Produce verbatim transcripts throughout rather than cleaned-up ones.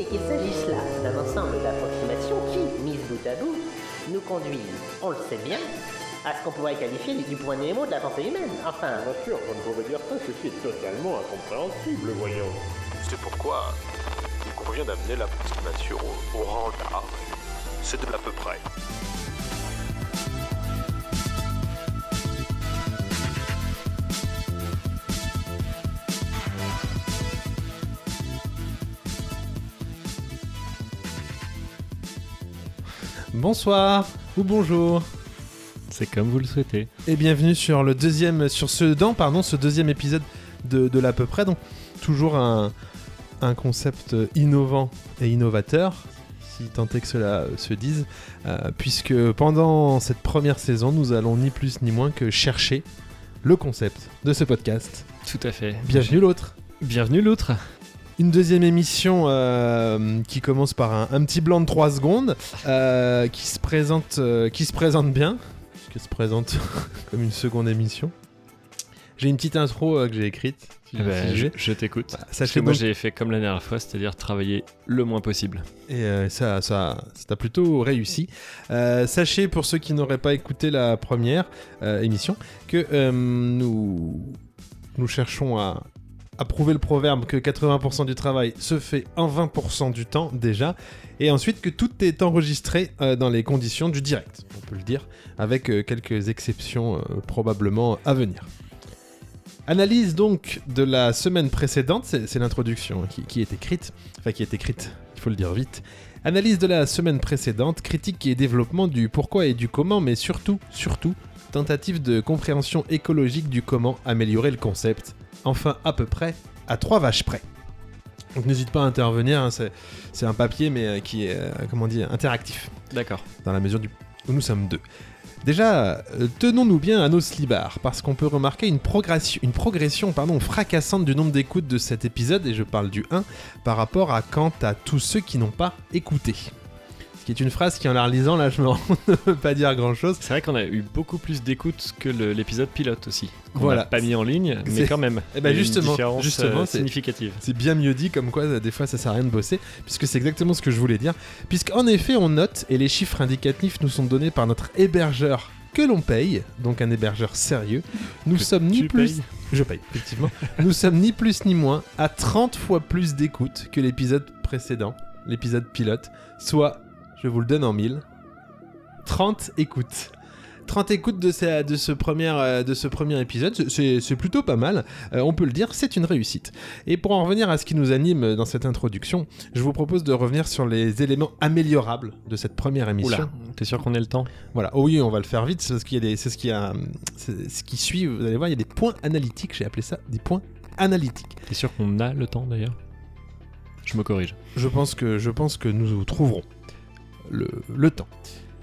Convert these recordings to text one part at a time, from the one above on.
et qu'il s'agisse là d'un ensemble d'approximations qui, mises bout à bout, nous conduisent, on le sait bien, à ce qu'on pourrait qualifier du point Nemo de la pensée humaine. Enfin... Bien sûr, je ne pourrais dire ça, ceci est totalement incompréhensible, voyons. C'est pourquoi il convient d'amener l'approximation au, au rang d'art. C'est de l'à peu près. Bonsoir ou bonjour. C'est comme vous le souhaitez. Et bienvenue sur le deuxième, sur ce, dans, pardon, ce deuxième épisode de, de l'à peu près. Donc toujours un, un concept innovant et innovateur, si tant est que cela se dise, euh, puisque pendant cette première saison, nous allons ni plus ni moins que chercher le concept de ce podcast. Tout à fait. Bienvenue l'autre. Bienvenue l'autre. Une deuxième émission euh, qui commence par un, un petit blanc de trois secondes, euh, qui, se présente, euh, qui se présente bien, qui se présente comme une seconde émission. J'ai une petite intro euh, que j'ai écrite. Si eh ben, si je, je t'écoute. Bah, Parce sachez que moi donc... j'ai fait comme la dernière fois, c'est-à-dire travailler le moins possible. Et euh, ça, ça, ça a plutôt réussi. Euh, sachez, pour ceux qui n'auraient pas écouté la première euh, émission, que euh, nous, nous cherchons à... à prouver le proverbe que quatre-vingts pour cent du travail se fait en vingt pour cent du temps déjà, et ensuite que tout est enregistré euh, dans les conditions du direct, on peut le dire, avec euh, quelques exceptions euh, probablement à venir. Analyse donc de la semaine précédente, c'est, c'est l'introduction hein, qui, qui est écrite, enfin qui est écrite, il faut le dire vite. Analyse de la semaine précédente, critique et développement du pourquoi et du comment, mais surtout, surtout, tentative de compréhension écologique du comment améliorer le concept. Enfin, à peu près, à trois vaches près. Donc n'hésite pas à intervenir, hein, c'est, c'est un papier mais euh, qui est, euh, comment dire, interactif. D'accord. Dans la mesure du... où nous sommes deux. Déjà, euh, tenons-nous bien à nos slibards, parce qu'on peut remarquer une progression, une progression pardon, fracassante du nombre d'écoutes de cet épisode, et je parle du un, par rapport à quant à tous ceux qui n'ont pas écouté. Ce qui est une phrase qui, en la relisant, là, je me rends ne veut pas dire grand-chose. C'est vrai qu'on a eu beaucoup plus d'écoutes que le, l'épisode pilote aussi. Qu'on voilà. n'a pas mis en ligne, mais c'est... quand même. Eh ben justement, une différence justement euh, c'est... significative. C'est bien mieux dit, comme quoi, des fois, ça sert à rien de bosser, puisque c'est exactement ce que je voulais dire. Puisqu'en effet, on note, et les chiffres indicatifs nous sont donnés par notre hébergeur que l'on paye, donc un hébergeur sérieux. Nous que sommes ni plus... Payes. Je paye, effectivement. Nous sommes ni plus ni moins à trente fois plus d'écoutes que l'épisode précédent, l'épisode pilote, soit... Je vous le donne en mille. trente écoutes. trente écoutes de ce, de ce, premier, de ce premier épisode, c'est, c'est plutôt pas mal. Euh, on peut le dire, c'est une réussite. Et pour en revenir à ce qui nous anime dans cette introduction, je vous propose de revenir sur les éléments améliorables de cette première émission. Oula, t'es sûr qu'on ait le temps ? Voilà. Oh oui, on va le faire vite, c'est, parce qu'il y a des, c'est, ce, qui a, c'est ce qui suit. Vous allez voir, il y a des points analytiques. J'ai appelé ça des points analytiques. T'es sûr qu'on a le temps d'ailleurs ? Je me corrige. Je pense que, je pense que nous trouverons Le, le temps.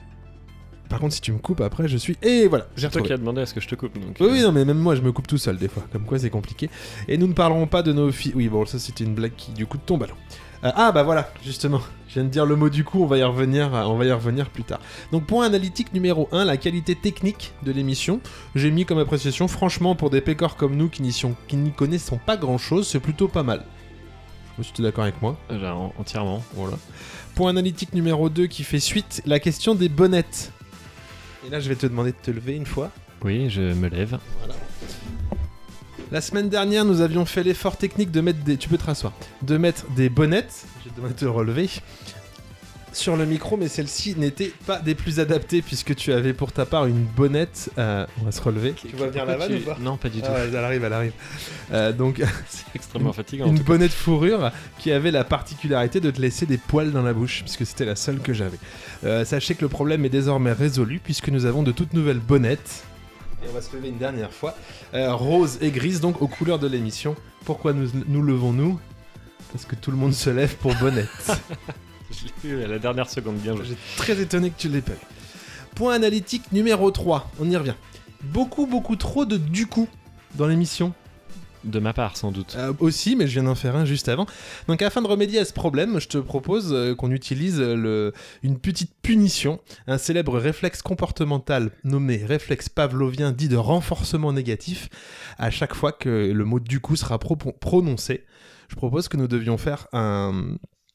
Par contre, si tu me coupes après, je suis... Et voilà, j'ai C'est toi retrouvé. qui as demandé à ce que je te coupe. Donc, Oui, euh... oui, non, mais même moi, je me coupe tout seul des fois. Comme quoi, c'est compliqué. Et nous ne parlerons pas de nos filles... Oui, bon, ça, c'était une blague qui, du coup, tombe à l'eau. Euh, ah, bah voilà, justement. Je viens de dire le mot du coup, on va y revenir, on va y revenir plus tard. Donc, point analytique numéro un, la qualité technique de l'émission. J'ai mis comme appréciation, franchement, pour des pécores comme nous qui n'y, sont, qui n'y connaissons pas grand-chose, c'est plutôt pas mal. Je suis d'accord avec moi. Genre, entièrement. Voilà. Point analytique numéro deux qui fait suite, la question des bonnettes. Et là, je vais te demander de te lever une fois. Oui, je me lève. Voilà. La semaine dernière, nous avions fait l'effort technique de mettre des... Tu peux te rasseoir. De mettre des bonnettes. Je vais te demander de te relever. Sur le micro, mais celle-ci n'était pas des plus adaptées puisque tu avais pour ta part une bonnette. Euh, on va se relever. Tu vois bien la vanne tu... ou pas ? Non, pas du tout. Ah, elle arrive, elle arrive. Euh, donc, c'est extrêmement fatigant. Une bonnette fourrure qui avait la particularité de te laisser des poils dans la bouche, puisque c'était la seule que j'avais. Euh, sachez que le problème est désormais résolu puisque nous avons de toutes nouvelles bonnettes. Et on va se lever une dernière fois. Euh, rose et grise, donc aux couleurs de l'émission. Pourquoi nous, nous levons-nous ? Parce que tout le monde se lève pour bonnette. Je l'ai vu à la dernière seconde, bien joué. J'étais très étonné que tu l'aies pas eu. Point analytique numéro trois, on y revient. Beaucoup, beaucoup trop de du coup dans l'émission. De ma part, sans doute. Euh, aussi, mais je viens d'en faire un juste avant. Donc, afin de remédier à ce problème, je te propose euh, qu'on utilise le, une petite punition, un célèbre réflexe comportemental nommé réflexe pavlovien dit de renforcement négatif. À chaque fois que le mot du coup sera pro- prononcé, je propose que nous devions faire un...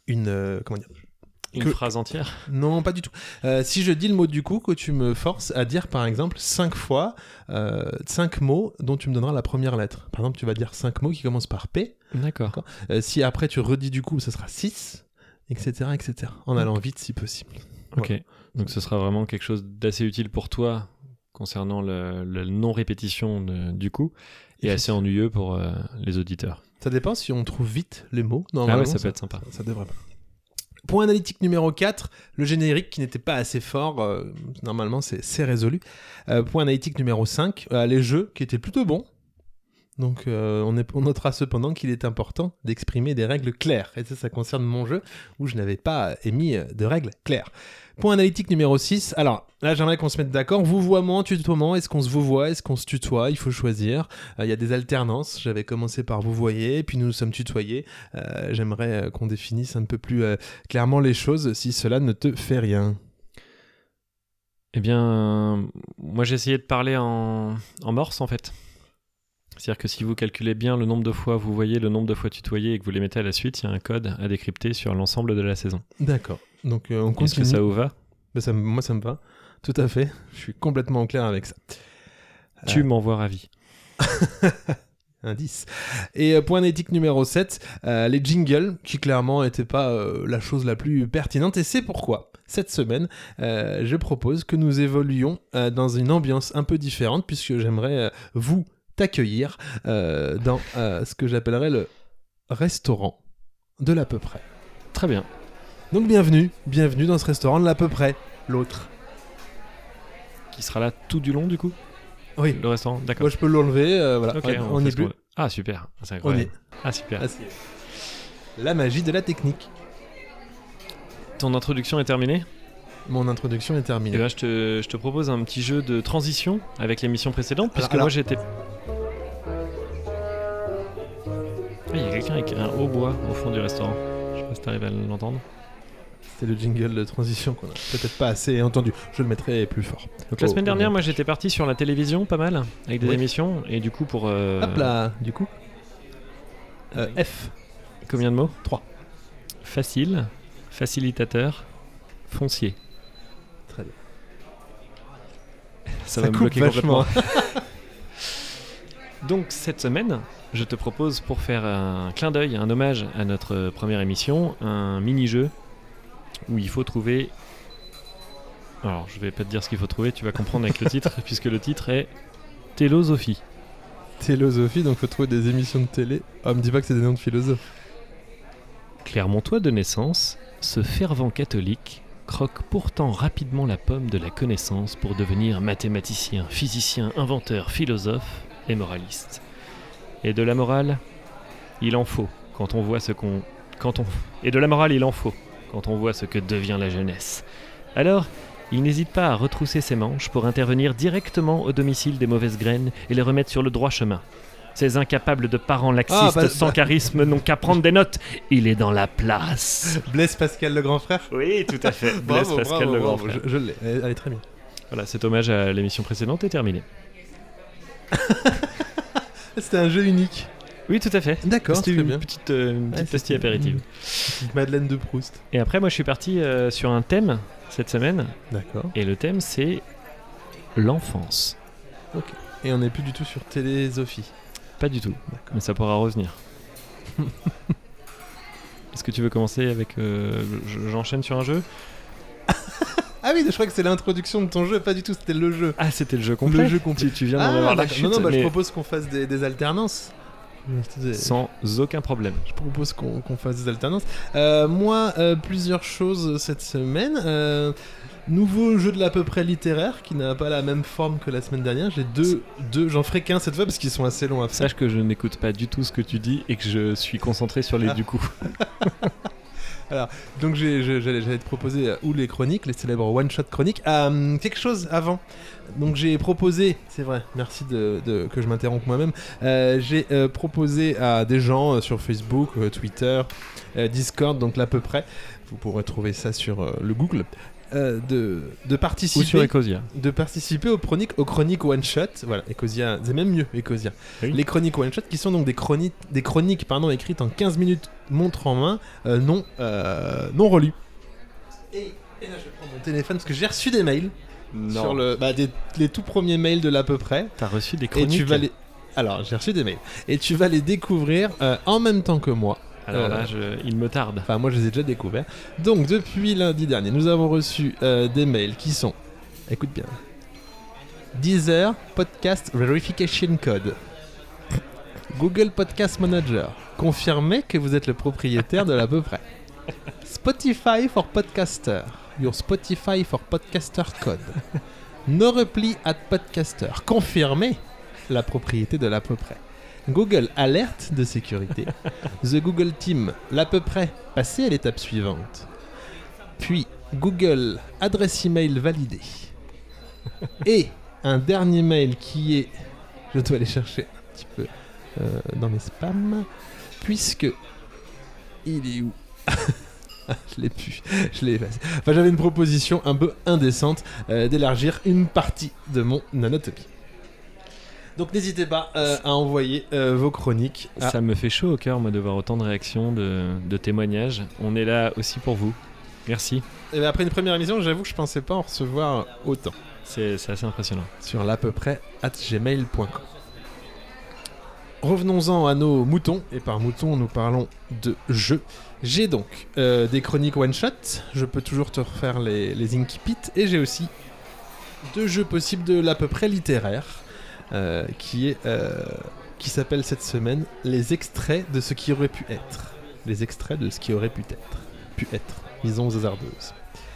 une euh, comment dire Une que- phrase entière. Non, pas du tout. Euh, si je dis le mot du coup, que tu me forces à dire par exemple cinq fois euh, cinq mots dont tu me donneras la première lettre. Par exemple, tu vas dire cinq mots qui commencent par P. D'accord. Euh, si après tu redis du coup, ce sera six, et cetera, et cetera. En allant vite si possible. Ok. Voilà. Donc ce sera vraiment quelque chose d'assez utile pour toi concernant le, le non-répétition de- du coup et assez ennuyeux pour euh, les auditeurs. Ça dépend si on trouve vite les mots. Ah Normalement, ouais, ça peut être sympa. Ça, ça devrait pas. Point analytique numéro quatre, le générique qui n'était pas assez fort, euh, normalement c'est, c'est résolu. Euh, point analytique numéro cinq, euh, les jeux qui étaient plutôt bons. Donc euh, on, est, on notera cependant qu'il est important d'exprimer des règles claires. Et ça, ça concerne mon jeu où je n'avais pas émis de règles claires. Point analytique numéro six, alors là j'aimerais qu'on se mette d'accord. Vouvoiement, tutoiement, est-ce qu'on se vouvoie, est-ce qu'on se tutoie? Il faut choisir. Il euh, y a des alternances. J'avais commencé par vouvoyer, puis nous nous sommes tutoyés. Euh, j'aimerais euh, qu'on définisse un peu plus euh, clairement les choses si cela ne te fait rien. Eh bien, euh, moi j'ai essayé de parler en, en morse en fait. C'est-à-dire que si vous calculez bien le nombre de fois vous voyez, le nombre de fois tutoyé et que vous les mettez à la suite, il y a un code à décrypter sur l'ensemble de la saison. D'accord. Donc euh, on Est-ce continue. que ça vous va? Ben, ça me- moi ça me va. Tout à fait. Je suis complètement en clair avec ça. Tu m'envoies ravi. Un dix. Et euh, point d'éthique numéro sept, euh, les jingles, qui clairement n'étaient pas euh, la chose la plus pertinente. Et c'est pourquoi, cette semaine, euh, je propose que nous évoluions euh, dans une ambiance un peu différente, puisque j'aimerais euh, vous t'accueillir euh, dans euh, ce que j'appellerais le restaurant de l'à peu près. Très bien. Donc bienvenue, bienvenue dans ce restaurant de l'à peu près, l'autre. Qui sera là tout du long du coup? Oui, Le restaurant, d'accord. moi je peux l'enlever, euh, voilà, Ok, on, on on fait y est ce plus. qu'on veut. Ah super, c'est On incroyable. est. Ah super. Ah, c'est la magie de la technique. Ton introduction est terminée? Mon introduction est Et terminée. ben, je, te, je te propose un petit jeu de transition avec l'émission précédente, puisque alors- moi j'étais... Ah, il y a quelqu'un avec un hautbois au fond du restaurant. Je sais pas si t'arrives à l'entendre. C'était le jingle de transition qu'on a peut-être pas assez entendu. Je le mettrai plus fort. Donc la Oh, semaine oh, dernière, oh. moi j'étais parti sur la télévision, pas mal, avec des Oui. émissions, et du coup pour... euh, Hop là, du coup. Euh, F. Combien de mots? Trois. Facile, facilitateur, foncier. Très bien. Ça, va me coupe bloquer vachement. complètement. Donc cette semaine, je te propose pour faire un clin d'œil, un hommage à notre première émission, un mini-jeu où il faut trouver... Alors je vais pas te dire ce qu'il faut trouver, tu vas comprendre avec le titre, puisque le titre est Télosophie. Télosophie, donc faut trouver des émissions de télé. Oh, me dis pas que c'est des noms de philosophes. Clermontois de naissance, ce fervent catholique croque pourtant rapidement la pomme de la connaissance pour devenir mathématicien, physicien, inventeur, philosophe et moraliste. Et de la morale, il en faut quand on voit ce qu'on... Quand on... Et de la morale, il en faut quand on voit ce que devient la jeunesse. Alors, il n'hésite pas à retrousser ses manches pour intervenir directement au domicile des mauvaises graines et les remettre sur le droit chemin. Ces incapables de parents laxistes Ah, bah, sans bah. charisme n'ont qu'à prendre des notes. Il est dans la place. Blaise Pascal le grand frère. Oui, tout à fait. Blaise Bravo, Pascal bravo, le grand bravo, frère. Je, je l'ai. Elle, elle est très bien. Voilà, cet hommage à l'émission précédente est terminé. C'était un jeu unique. Oui, tout à fait. D'accord, C'était très une bien. petite, euh, une petite Ouais, pastille c'était- apéritive. Petite Madeleine de Proust. Et après, moi, je suis parti euh, sur un thème cette semaine. D'accord. Et le thème, c'est l'enfance. Et on n'est plus du tout sur Télésophie. Pas du tout, D'accord. mais ça pourra revenir. Est-ce que tu veux commencer avec... euh, je- j'enchaîne sur un jeu? Ah oui, je crois que c'est l'introduction de ton jeu, pas du tout, c'était le jeu. Ah, c'était le jeu complet. Le jeu complet. Tu, tu viens d'en Ah, avoir la d'accord. chute, non, non, bah, je mais propose qu'on fasse des, des alternances. Je sans aucun problème. propose qu'on qu'on fasse des alternances. Euh, moi, euh, plusieurs choses cette semaine. Euh, nouveau jeu de l'à peu près littéraire qui n'a pas la même forme que la semaine dernière. J'ai deux, deux j'en ferai qu'un cette fois parce qu'ils sont assez longs à faire. Sache que je n'écoute pas du tout ce que tu dis et que je suis concentré sur les Ah. du coup. Donc j'ai- j'ai- j'allais j'allais te proposer euh, ou les chroniques, les célèbres one-shot chroniques. Euh, quelque chose avant. Donc j'ai proposé, c'est vrai, merci de, de- que je m'interrompe moi-même. Euh, j'ai euh, proposé à des gens euh, sur Facebook, euh, Twitter, euh, Discord, donc l'à peu près. Vous pourrez trouver ça sur euh, le Google. euh, de, de Ou participer. sur Ecosia. de participer aux chroniques, aux chroniques one shot. Voilà, Ecosia, c'est même mieux, Ecosia. Oui. Les chroniques one shot qui sont donc des chroniques, des chroniques pardon, écrites en quinze minutes, montre en main, euh, non, euh, non relues. Et, et là, je vais prendre mon téléphone parce que j'ai reçu des mails sur le, bah, des, les tout premiers mails de l'à peu près. T'as reçu des Et chroniques. tu vas les, alors j'ai reçu des mails et tu vas les découvrir euh, en même temps que moi. Alors Euh, là, je... il me tarde. Enfin, moi, je les ai déjà découverts. Donc, depuis lundi dernier, nous avons reçu euh, des mails qui sont... Écoute bien. Deezer Podcast Verification Code. Google Podcast Manager. Confirmez que vous êtes le propriétaire de l'à peu près. Spotify for Podcaster. Your Spotify for Podcaster Code. No reply at Podcaster. Confirmez la propriété de l'à peu près. Google Alerte de sécurité. The Google Team, l'à peu près, passé à l'étape suivante. Puis Google adresse email validée. Et un dernier mail qui est... Je dois aller chercher un petit peu euh, dans mes spams. Puisque... Il est où? Je l'ai pu, je l'ai effacé. Enfin, j'avais une proposition un peu indécente euh, d'élargir une partie de mon nanotopie. Donc n'hésitez pas euh, à envoyer euh, vos chroniques. à- Ça me fait chaud au cœur, moi, de voir autant de réactions, de, de témoignages. On est là aussi pour vous. Merci. Et ben, après une première émission, j'avoue que je pensais pas en recevoir autant. C'est c'est assez impressionnant. Sur l'à peu près at gmail point com. Revenons-en à nos moutons, et par moutons nous parlons de jeux. J'ai donc euh, des chroniques one-shot, je peux toujours te refaire les, les incipits, et j'ai aussi deux jeux possibles de l'à peu près littéraire, euh, qui est euh, qui s'appelle cette semaine Les extraits de ce qui aurait pu être. Les extraits de ce qui aurait pu être. Pu être, disons aux hasardeuses.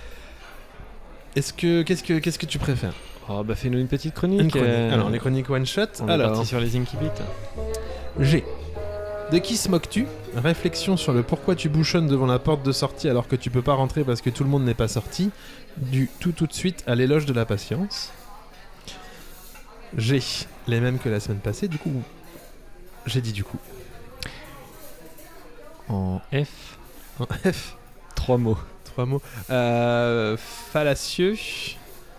Est-ce que, qu'est-ce que, qu'est-ce que tu préfères? Oh, bah fais-nous une petite chronique. Une chronique. euh, Alors, les chroniques one-shot. On est Alors, parti sur les incipits. G. De qui se moques-tu? Réflexion sur le pourquoi tu bouchonnes devant la porte de sortie alors que tu peux pas rentrer parce que tout le monde n'est pas sorti. Du tout tout de suite à l'éloge de la patience. G. Les mêmes que la semaine passée, du coup. J'ai dit du coup. En F, En F. trois mots. Trois mots. Euh, fallacieux. F-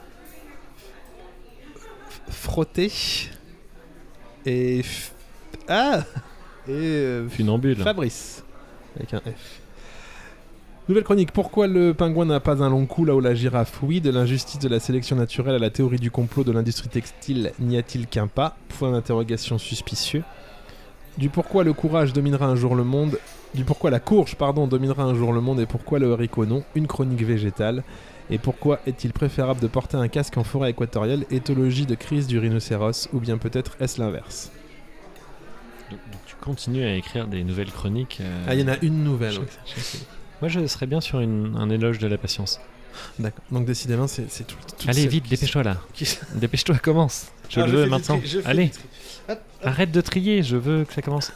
Frotter. Et. f- Ah Et. euh, Funambule. Fabrice, avec un F. Nouvelle chronique. Pourquoi le pingouin n'a pas un long cou là où la girafe oui? De l'injustice de la sélection naturelle à la théorie du complot de l'industrie textile, n'y a-t-il qu'un pas? Point d'interrogation suspicieux. Du pourquoi le courage dominera un jour le monde. Du pourquoi la courge, pardon, dominera un jour le monde et pourquoi le haricot non. Une chronique végétale. Et pourquoi est-il préférable de porter un casque en forêt équatoriale? Éthologie de crise du rhinocéros, ou bien peut-être est-ce l'inverse? Donc, donc tu continues à écrire des nouvelles chroniques. euh, Ah, il y en a une nouvelle. je- oui. Moi, je serais bien sur une- un éloge de la patience. D'accord. Donc décidément, c'est c'est tout. tout Allez, ça vite, qui- dépêche-toi là. qui- Dépêche-toi, commence. Je Ah, le fais veux du maintenant. tri, je fais Allez, du tri. Hop, hop. arrête de trier, je veux que ça commence.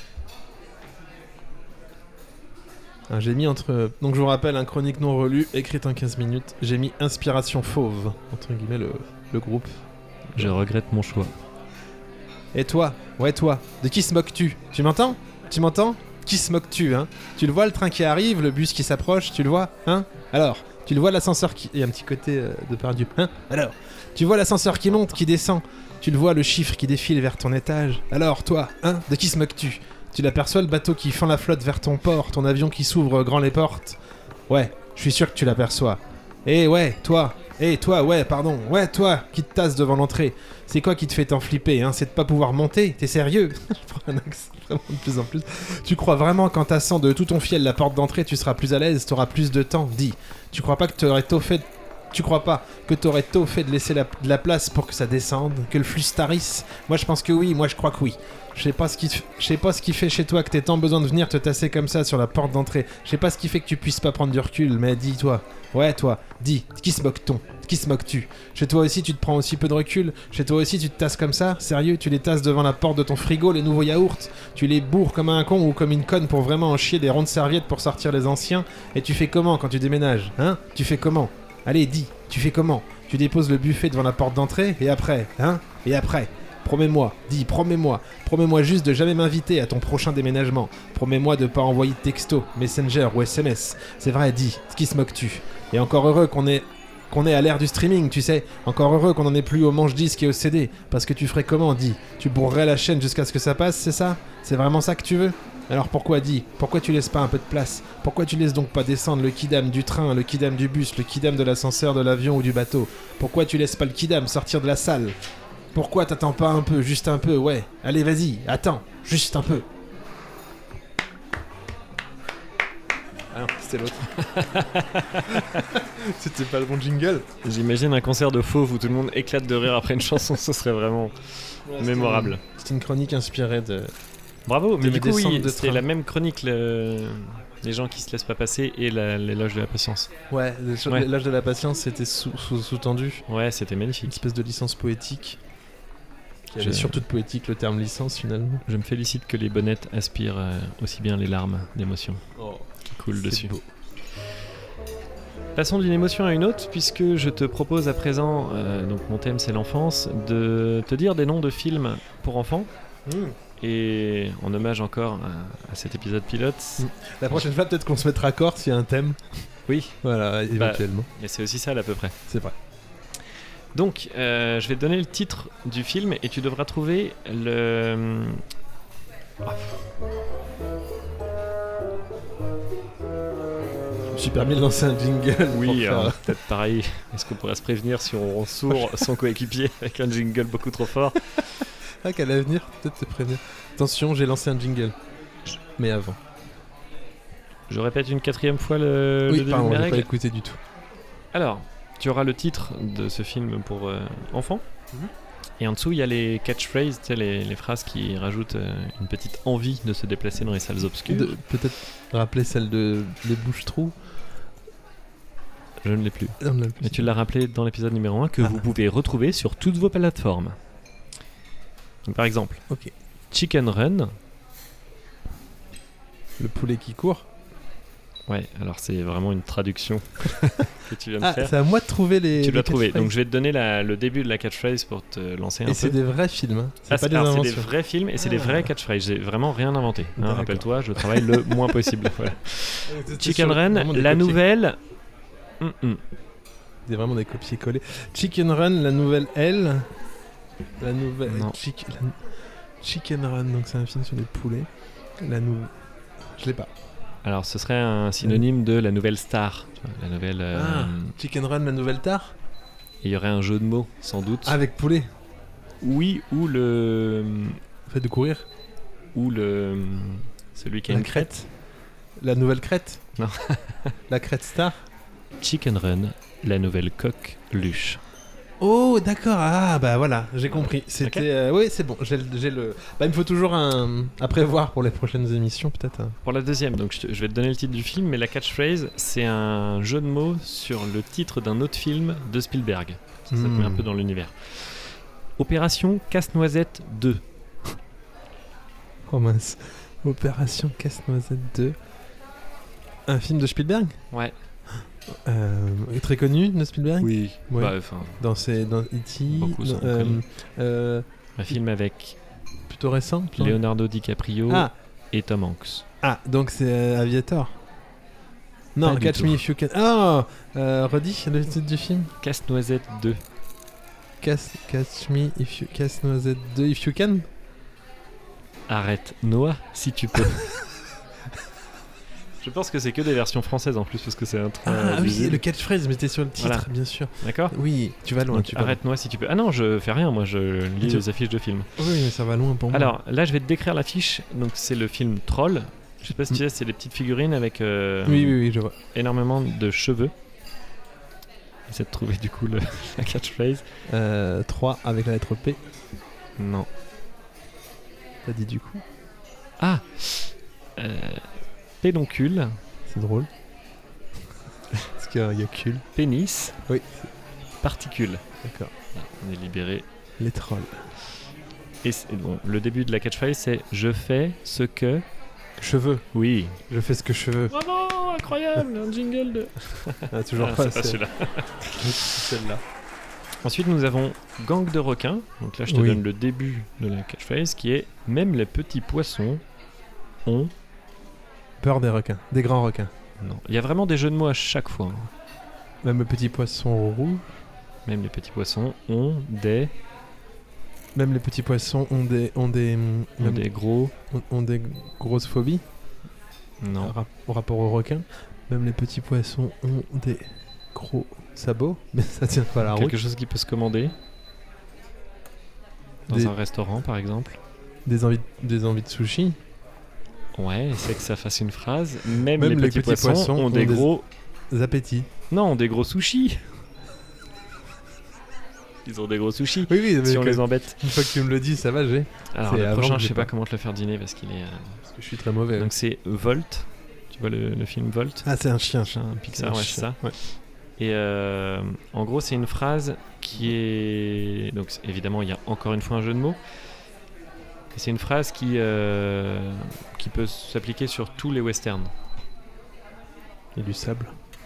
Ah, j'ai mis entre. Donc je vous rappelle, un chronique non relue, écrite en quinze minutes. J'ai mis Inspiration Fauve, entre guillemets, le, le groupe. Je regrette mon choix. Et toi? Ouais, toi. De qui se moques-tu? Tu m'entends? Tu m'entends? Qui se moques-tu, hein? Tu le vois, le train qui arrive, le bus qui s'approche, tu le vois, hein? Alors, tu le vois, l'ascenseur qui... Il y a un petit côté euh, de Pardieu, hein? Alors, tu vois l'ascenseur qui monte, qui descend. Tu le vois, le chiffre qui défile vers ton étage. Alors, toi, hein? De qui se moques-tu? Tu l'aperçois, le bateau qui fend la flotte vers ton port, ton avion qui s'ouvre grand les portes. Ouais, je suis sûr que tu l'aperçois. Eh ouais, toi, eh toi, ouais, pardon, ouais, toi, qui te tasse devant l'entrée. C'est quoi qui te fait t'en flipper, hein? C'est de pas pouvoir monter? T'es sérieux? Je prends un accent vraiment de plus en plus. Tu crois vraiment qu'en tassant de tout ton fiel la porte d'entrée, tu seras plus à l'aise, t'auras plus de temps? Dis, tu crois pas que t'aurais tôt fait... Tu crois pas que t'aurais tôt fait de laisser la, de la place pour que ça descende? Que le flux tarisse? Moi je pense que oui, moi je crois que oui. Je sais pas ce qui, te- je sais pas ce qui fait chez toi que t'aies tant besoin de venir te tasser comme ça sur la porte d'entrée. Je sais pas ce qui fait que tu puisses pas prendre du recul, mais dis-toi. Ouais, toi, dis, qui se moque-t-on? Qui se moques-tu? Chez toi aussi, tu te prends aussi peu de recul? Chez toi aussi, tu te tasses comme ça? Sérieux, tu les tasses devant la porte de ton frigo, les nouveaux yaourts? Tu les bourres comme un con ou comme une conne pour vraiment en chier des rondes serviettes pour sortir les anciens? Et tu fais comment quand tu déménages? Hein? Tu fais comment? Allez, dis, tu fais comment? Tu déposes le buffet devant la porte d'entrée? Et après? Hein? Et après? Promets-moi, dis, promets-moi. Promets-moi juste de jamais m'inviter à ton prochain déménagement. Promets-moi de pas envoyer de texto, Messenger ou S M S. C'est vrai, dis, ce qui se moque-tu. Et encore heureux qu'on est... qu'on est à l'ère du streaming, tu sais. Encore heureux qu'on en ait plus au manche-disque et au C D. Parce que tu ferais comment, dis? Tu bourrerais la chaîne jusqu'à ce que ça passe, c'est ça? C'est vraiment ça que tu veux? Alors pourquoi, dis? Pourquoi tu laisses pas un peu de place? Pourquoi tu laisses donc pas descendre le kidam du train, le kidam du bus, le kidam de l'ascenseur, de l'avion ou du bateau? Pourquoi tu laisses pas le kidam sortir de la salle? Pourquoi t'attends pas un peu, juste un peu, ouais? Allez, vas-y, attends, juste un peu. Ah non, c'était l'autre. C'était pas le bon jingle. J'imagine un concert de fauve où tout le monde éclate de rire après une chanson, ce serait vraiment Ouais, mémorable. C'était une, c'était une chronique inspirée de... Bravo, mais de du mes coup, descentes oui, de c'était train. la même chronique, le... les gens qui se laissent pas passer et la- l'éloge de la patience. Ouais, le- Ouais. l'âge de la patience, c'était sous, sous, sous-tendu. Ouais, c'était Une magnifique. espèce de licence poétique. Qui Je- avait surtout de poétique le terme licence finalement. Je me félicite que les bonnettes aspirent euh, aussi bien les larmes d'émotion qui coulent C'est dessus. beau. Passons d'une émotion à une autre, puisque je te propose à présent, euh, donc mon thème c'est l'enfance, de te dire des noms de films pour enfants. Et en hommage encore à, à cet épisode pilote, Mm. La prochaine fois, peut-être qu'on se mettra d'accord s'il y a un thème. oui, Voilà, éventuellement. mais c'est aussi ça à peu près. C'est vrai. Donc, euh, je vais te donner le titre du film et tu devras trouver le... Je me suis permis de lancer un jingle. pour Oui, faire- alors, peut-être pareil. Est-ce qu'on pourrait se prévenir si on rend sourd son coéquipier avec un jingle beaucoup trop fort? Ah, qu'à l'avenir, peut-être te prévenir. Attention, j'ai lancé un jingle. Mais avant. Je répète une quatrième fois le, le oui, début pardon, de mes j'ai pas règles. écouté du tout. Alors, tu auras le titre de ce film pour euh, enfants. Mhm. Et en dessous, il y a les catchphrases, tu sais, les, les phrases qui rajoutent euh, une petite envie de se déplacer dans les salles obscures. De- peut-être rappeler celle de Les Bouches-Trous. Je ne l'ai plus. On l'a- Mais tu l'as rappelé dans l'épisode numéro un que Ah. vous pouvez retrouver sur toutes vos plateformes. Donc, par exemple, Ok. Chicken Run. Le poulet qui court. Ouais, alors c'est vraiment une traduction que tu viens de Ah, faire. c'est à moi de trouver les. Tu les l'as trouvé. catchphrases. Donc je vais te donner la- le début de la catchphrase pour te lancer un Et peu. c'est des vrais films. Hein. C'est Ah, pas c'est- des alors, c'est inventions. des vrais films et c'est des Ah. vrais catchphrases. J'ai vraiment rien inventé. hein, D'accord. Rappelle-toi, je travaille le moins possible. Voilà. C'était Chicken sur- Run, vraiment des la copier- nouvelle. Hum, hum. C'est vraiment des copier-coller. Chicken Run, la nouvelle L. La nouvelle. Non. Chick- la- Chicken Run, donc c'est un film sur des poulets. La nouvelle. Je l'ai pas. Alors ce serait un synonyme de la nouvelle star. Tu vois, la nouvelle. euh, Ah, Chicken Run, la nouvelle tare. Il y aurait un jeu de mots, sans doute. Avec poulet. Oui, ou le. Fait de courir. Ou le. Celui qui a La une crête. crête. La nouvelle crête. Non. La crête star. Chicken Run, la nouvelle coque luche. Oh, d'accord. Ah, bah voilà, j'ai compris. C'était. Ok. euh, oui, c'est bon. J'ai le. j'ai le- Bah, il me faut toujours un. à prévoir pour les prochaines émissions, peut-être. hein. Pour la deuxième, donc je, te- je vais te donner le titre du film, mais la catchphrase, c'est un jeu de mots sur le titre d'un autre film de Spielberg. Ça, ça te met un Hmm. peu dans l'univers. Opération Casse-Noisette deux. Oh mince. Opération Casse-Noisette deux. Un film de Spielberg Ouais. euh, Très connu de Spielberg. Oui. Ouais. Bah, enfin, Dans, ses, dans E T Beaucoup sont dans- euh, connus. euh, un film avec Plutôt récent plutôt- Leonardo DiCaprio Ah, et Tom Hanks. ah, donc c'est euh, Aviator. Non, Pas du Catch tout. Me If You Can. Ah, euh, redis le titre du film. Casse-Noisette deux. Casse, catch Me If You Casse-Noisette deux If You Can. Arrête Noah si tu peux. Je pense que c'est que des versions françaises en plus parce que c'est un train. Ah oui, visuel. le catchphrase, mais c'était sur le titre, Voilà. bien sûr. D'accord. Oui, tu vas loin. Donc tu vas arrête Noah si tu peux. Ah non, je fais rien, moi je lis Tu- les affiches de films. loin. Oui, mais ça va loin pour moi. Alors là, je vais te décrire l'affiche. Donc c'est le film Troll. Je sais pas si tu sais, c'est des petites figurines avec euh, Oui, oui, oui, je vois. énormément de cheveux. J'essaie de trouver du coup le, la catchphrase. Euh, trois avec la lettre P. Non. T'as dit du coup. Ah euh, Pédoncule, C'est drôle. Parce qu'il y a cul. pénis, Oui. particule. D'accord. Là, on est libéré. Les trolls. Et c'est- bon, le début de la catchphrase c'est je fais ce que. Cheveux. Oui. Je fais ce que je veux. Bravo, incroyable, un jingle de. Ah, toujours Ah, pas, c'est pas c'est- celui-là. c'est celle-là. Ensuite, nous avons gang de requins. Donc là, je te Oui. donne le début de la catchphrase qui est « Même les petits poissons ont... Peur des requins, des grands requins. » Non, il y a vraiment des jeux de mots à chaque fois. hein. Même le petit poisson rouge. Même les petits poissons ont des... Même les petits poissons ont des ont des ont même- des gros... ont, ont des grosses phobies Non. rap- au rapport aux requins. Même les petits poissons ont des gros sabots, mais ça tient pas la route. Quelque chose qui peut se commander dans Des- un restaurant, par exemple. Des envies des envies de sushi. Ouais, c'est que ça fasse une phrase. Même, Même les, les petits, petits poissons, poissons ont ont des des- gros... Des appétits. Non, ont des gros sushis. Ils ont des gros sushis. Oui oui, mais Si on que- les embête. une fois que tu me le dis, ça va, j'ai. Alors, C'est le avant prochain, que je j'ai sais pas pas. comment te le faire dîner parce qu'il est... euh, Parce que je suis très mauvais. Donc c'est Volt. Tu vois le, le film Volt? Ah, c'est un chien. C'est un Pixar, un ouais, c'est chien. ça. Ouais. Et euh, en gros, c'est une phrase qui est... Donc c'est- évidemment, il y a encore une fois un jeu de mots. Et c'est une phrase qui, euh, qui peut s'appliquer sur tous les westerns. Il y a du sable.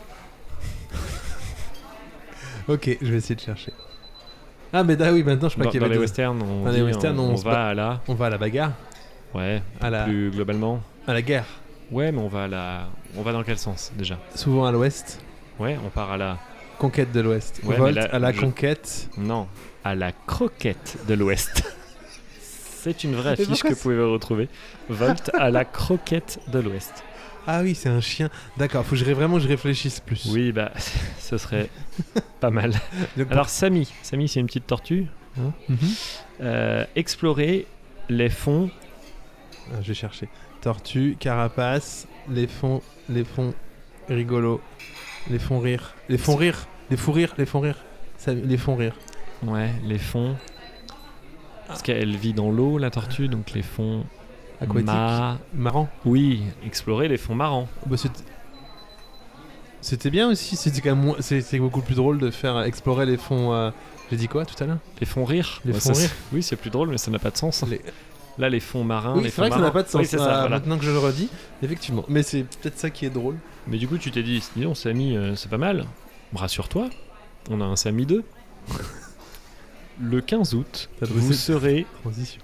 Ok, je vais essayer de chercher. Ah, mais ah oui, maintenant je crois Dans, qu'il y dans avait les des- westerns, on, Dans les dit, westerns, on, on on se va bat. à la... On va à la bagarre, Ouais, à la, plus globalement. à la guerre. Ouais, mais on va à la... On va dans quel sens, déjà? Souvent à l'ouest. Ouais, on part à la... Conquête de l'ouest. Ouais, Volt mais là, à la je- conquête. Non, à la croquette de l'Ouest. C'est une vraie Mais affiche pourquoi que vous pouvez retrouver. Volt à la croquette de l'Ouest. Ah oui, c'est un chien. D'accord, faut que je ré- vraiment que je réfléchisse plus. Oui, bah, ce serait pas mal. Donc, Alors, Samy. Samy, c'est une petite tortue. hein. Mhm. Euh, explorer les fonds. Ah, je vais chercher. Tortue, carapace, les fonds, les fonds rigolos, les fonds rire, les fonds rire, les fous rire, les fonds rire, Ça- les fonds rire. Ouais, les fonds. Parce qu'elle vit dans l'eau, la tortue, donc les fonds. Aquatique. Ma- Marrant. Oui, explorer les fonds marrants. Bah, c'était... c'était bien aussi. C'était quand même moins- c'est, c'est beaucoup plus drôle de faire explorer les fonds. euh, J'ai dit quoi tout à l'heure? Les fonds rire. Les Ouais, fonds ça, rire. c'est- Oui, c'est plus drôle, mais ça n'a pas de sens. Les- Là, les fonds marins. Oui, les c'est fonds vrai que ça n'a marins. pas de sens. Oui, c'est ça, euh, voilà. Maintenant que je le redis, effectivement. Mais c'est peut-être ça qui est drôle. Mais du coup, tu t'es dit, dis donc, Samy, euh, c'est pas mal. Rassure-toi, on a un Samy deux. Le quinze août, T'as vous bossé- serez Transition.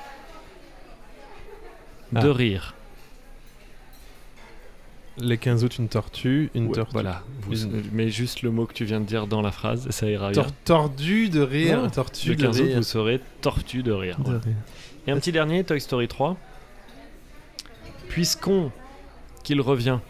de Ah. rire. Les quinze août, une tortue, une Ouais, tortue. voilà. Vous Une- mets juste le mot que tu viens de dire dans la phrase et ça ira bien. Tor- tordu de rire, Non, tortue Le de quinze août, rire. vous serez tortue de rire. De Voilà. rire. Et un petit dernier, Toy Story trois. Puisqu'on qu'il revient.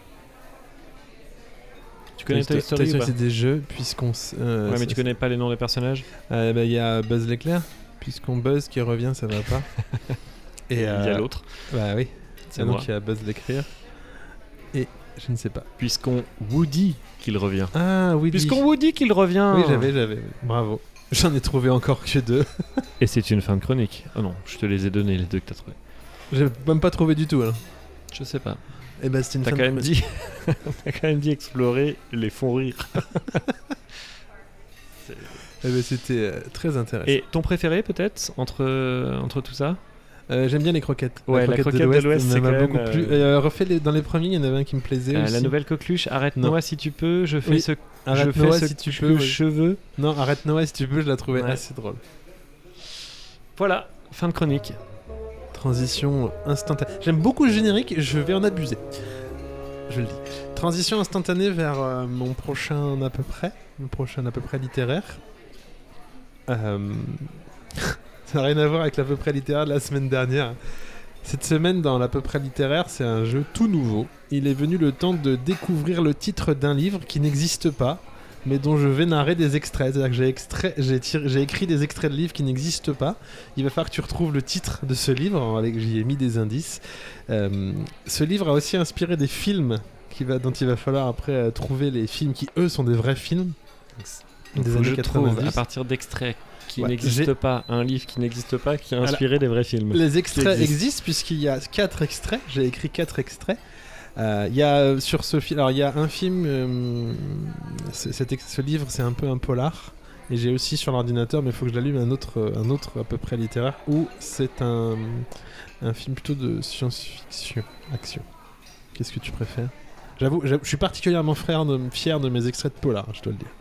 Tu connais Toy Story ou pas? c'est des jeux, puisqu'on. s- euh, Ouais, mais ça- tu connais pas les noms des personnages? Euh, bah, il y a Buzz l'éclair, puisqu'on Buzz qui revient, ça va pas. Et Il y euh, a l'autre. Bah oui. C'est Et donc moi. il y a Buzz l'éclair. Et je ne sais pas. Puisqu'on Woody qu'il revient. Ah oui. Puisqu'on Woody qu'il revient. Oui, j'avais, j'avais. oui. Bravo. J'en ai trouvé encore que deux. Et c'est une fin de chronique. Oh non, je te les ai donnés les deux que t'as trouvé. J'ai même pas trouvé du tout. Alors. Je sais pas. Et bah c'était une T'as fin quand de même chronique. dit, t'as quand même dit explorer les fonds rires. Eh ben, c'était euh, très intéressant. Et ton préféré peut-être entre entre tout ça? Euh, j'aime bien les croquettes. Ouais, la croquette de l'Ouest, ça c'est m'a quand beaucoup même, plu. euh, Euh, refais les... dans les premiers, il y en avait un qui me plaisait Euh, aussi. la nouvelle coqueluche, arrête Non. Noah si tu peux, je fais Oui. ce Arrête je fais Noah ce si tu que peux. oui. je veux. Non, arrête Noah si tu peux, je la trouvais Ouais. assez drôle. Voilà, fin de chronique. Transition instantanée. J'aime beaucoup le générique, je vais en abuser. Je le dis. Transition instantanée vers euh, mon prochain à peu près. Mon prochain à peu près littéraire. Euh... Ça n'a rien à voir avec l'à peu près littéraire de la semaine dernière. Cette semaine, dans l'à peu près littéraire, c'est un jeu tout nouveau. Il est venu le temps de découvrir le titre d'un livre qui n'existe pas, mais dont je vais narrer des extraits. C'est-à-dire que j'ai, extrait, j'ai, tiré- j'ai écrit des extraits de livres qui n'existent pas. Il va falloir que tu retrouves le titre de ce livre, avec, j'y ai mis des indices. Euh, ce livre a aussi inspiré des films qui va, dont il va falloir après euh, trouver les films qui, eux, sont des vrais films. Donc, Des faut que années je trouve quatre-vingt-dix. à partir d'extraits qui Ouais, n'existent j'ai- pas, un livre qui n'existe pas, qui a Alors, inspiré des vrais films. Les extraits Qui existe. existent puisqu'il y a quatre extraits. J'ai écrit quatre extraits. Euh, Il y a euh, sur ce film, alors il y a un film. euh, c'est- cet ex- ce livre, c'est un peu un polar. Et j'ai aussi sur l'ordinateur, mais il faut que je l'allume, un autre, euh, un autre à peu près littéraire où c'est un, un film plutôt de science-fiction, action. Qu'est-ce que tu préfères? J'avoue, j'avoue, je suis particulièrement fier de, fier de mes extraits de polar, je dois le dire.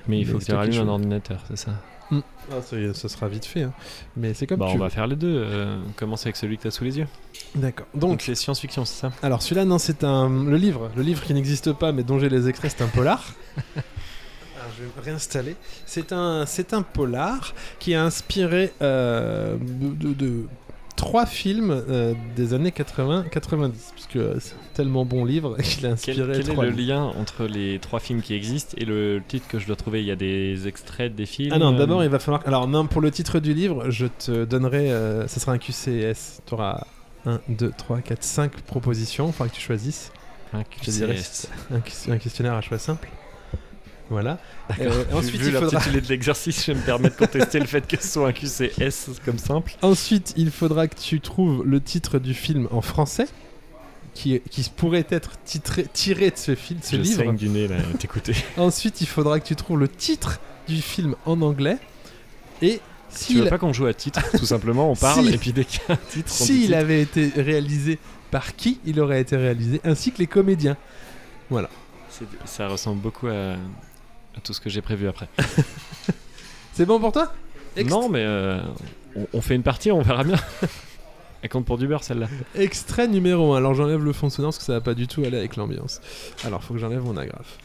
Mais il faut Mais que tu c'est rallumes quelque un chose. ordinateur, c'est ça. Ah, ça, ça sera vite fait. Hein. Mais c'est comme Bah, tu on va veux. faire les deux. Euh, commencer avec celui que tu as sous les yeux. D'accord. Donc, Donc, c'est science-fiction, c'est ça? alors celui-là, non, c'est un le livre, le livre qui n'existe pas, mais dont j'ai les extraits, c'est un polar. Alors, je vais me réinstaller. C'est un, c'est un polar qui a inspiré euh, de, de- de trois films euh, des années quatre-vingts quatre-vingt-dix, parce que c'est un tellement bon livre qu'il a Quel, inspiré quel est trois le livres. lien entre les trois films qui existent et le titre que je dois trouver? Il y a des extraits des films? Ah non, euh, d'abord il va falloir. Alors non, pour le titre du livre, je te donnerai. Euh, ce sera un Q C S. Tu auras un, deux, trois, quatre, cinq propositions. Il faudra que tu choisisses. un Je te dirai Q C S. si c'est un, ques- un questionnaire à choix simple. Voilà. D'accord. Euh, Vu- ensuite, vu il faudra... l'intitulé de l'exercice, je vais me permettre de contester le fait que ce soit un Q C S comme simple. Ensuite, il faudra que tu trouves le titre du film en français, qui, qui pourrait être titré, tiré de ce film, de ce Je livre. saigne du nez là, t'écouter. Ensuite, il faudra que tu trouves le titre du film en anglais. Et Tu s'il veux pas qu'on joue à titre? Tout simplement, on parle Si. et puis dès qu'il y a un titre, on dit s'il titre. avait été réalisé par qui il aurait été réalisé, ainsi que les comédiens. C'est- Ça ressemble beaucoup à, à tout ce que j'ai prévu après. C'est bon pour toi? Ext- Non, mais euh, on, on fait une partie, on verra bien. Elle compte pour du beurre celle-là. Extrait numéro un. Alors j'enlève le fond sonore parce que ça va pas du tout aller avec l'ambiance. Alors faut que j'enlève mon agrafe.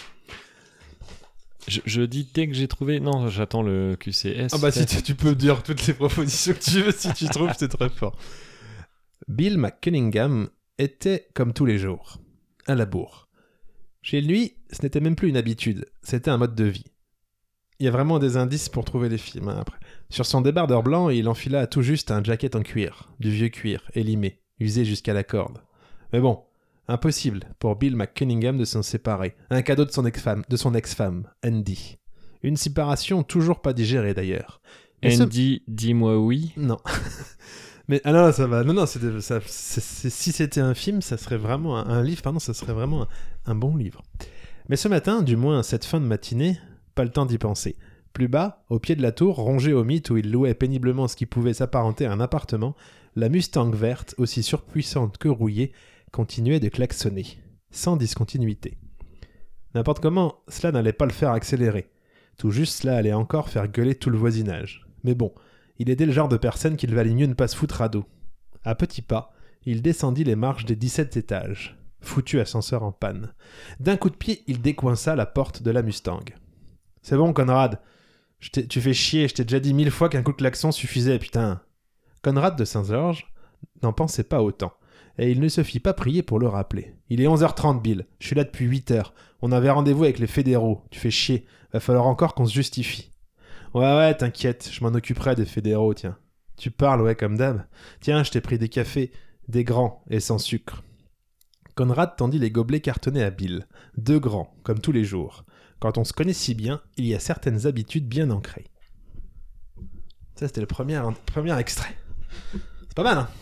Je, je dis dès que j'ai trouvé. Non, j'attends le Q C S. Ah bah si tu, tu peux dire toutes les propositions que tu veux, si tu trouves, c'est très fort. Bill McCunningham était comme tous les jours, à la bourre. Chez lui, ce n'était même plus une habitude, c'était un mode de vie. Il y a vraiment des indices pour trouver les films hein, après. Sur son débardeur blanc, il enfila à tout juste un jacket en cuir, du vieux cuir, élimé, usé jusqu'à la corde. Mais bon, impossible pour Bill McCunningham de s'en séparer. Un cadeau de son ex-femme, de son ex-femme, Andy. Une séparation toujours pas digérée d'ailleurs. Mais ce- Andy, dis-moi oui. Non. Mais ah non, ça va. Non, non, c'était, ça, c'est- c'est- si c'était un film, ça serait vraiment un, un livre, pardon, ça serait vraiment un, un bon livre. Mais ce matin, du moins cette fin de matinée, pas le temps d'y penser. Plus bas, au pied de la tour, rongée au mythe où il louait péniblement ce qui pouvait s'apparenter à un appartement, la Mustang verte, aussi surpuissante que rouillée, continuait de klaxonner, sans discontinuité. N'importe comment, cela n'allait pas le faire accélérer. Tout juste, cela allait encore faire gueuler tout le voisinage. Mais bon, il était le genre de personne qu'il valait mieux ne pas se foutre à dos. À petits pas, il descendit les marches des dix-sept étages. Foutu ascenseur en panne. D'un coup de pied, il décoinça la porte de la Mustang. « C'est bon, Conrad. Je t'ai- tu fais chier, je t'ai déjà dit mille fois qu'un coup de klaxon suffisait, putain. » Conrad de Saint-Georges n'en pensait pas autant, et il ne se fit pas prier pour le rappeler. « Il est onze heures trente, Bill. Je suis là depuis huit heures. On avait rendez-vous avec les fédéraux. Tu fais chier. Va falloir encore qu'on se justifie. » « Ouais, ouais, t'inquiète, je m'en occuperai des fédéraux, tiens. »« Tu parles, ouais, comme d'hab. Tiens, je t'ai pris des cafés, des grands et sans sucre. » Conrad tendit les gobelets cartonnés à Bill. Deux grands, comme tous les jours. Quand on se connaît si bien, il y a certaines habitudes bien ancrées. Ça, c'était le premier, premier extrait. C'est pas mal, hein?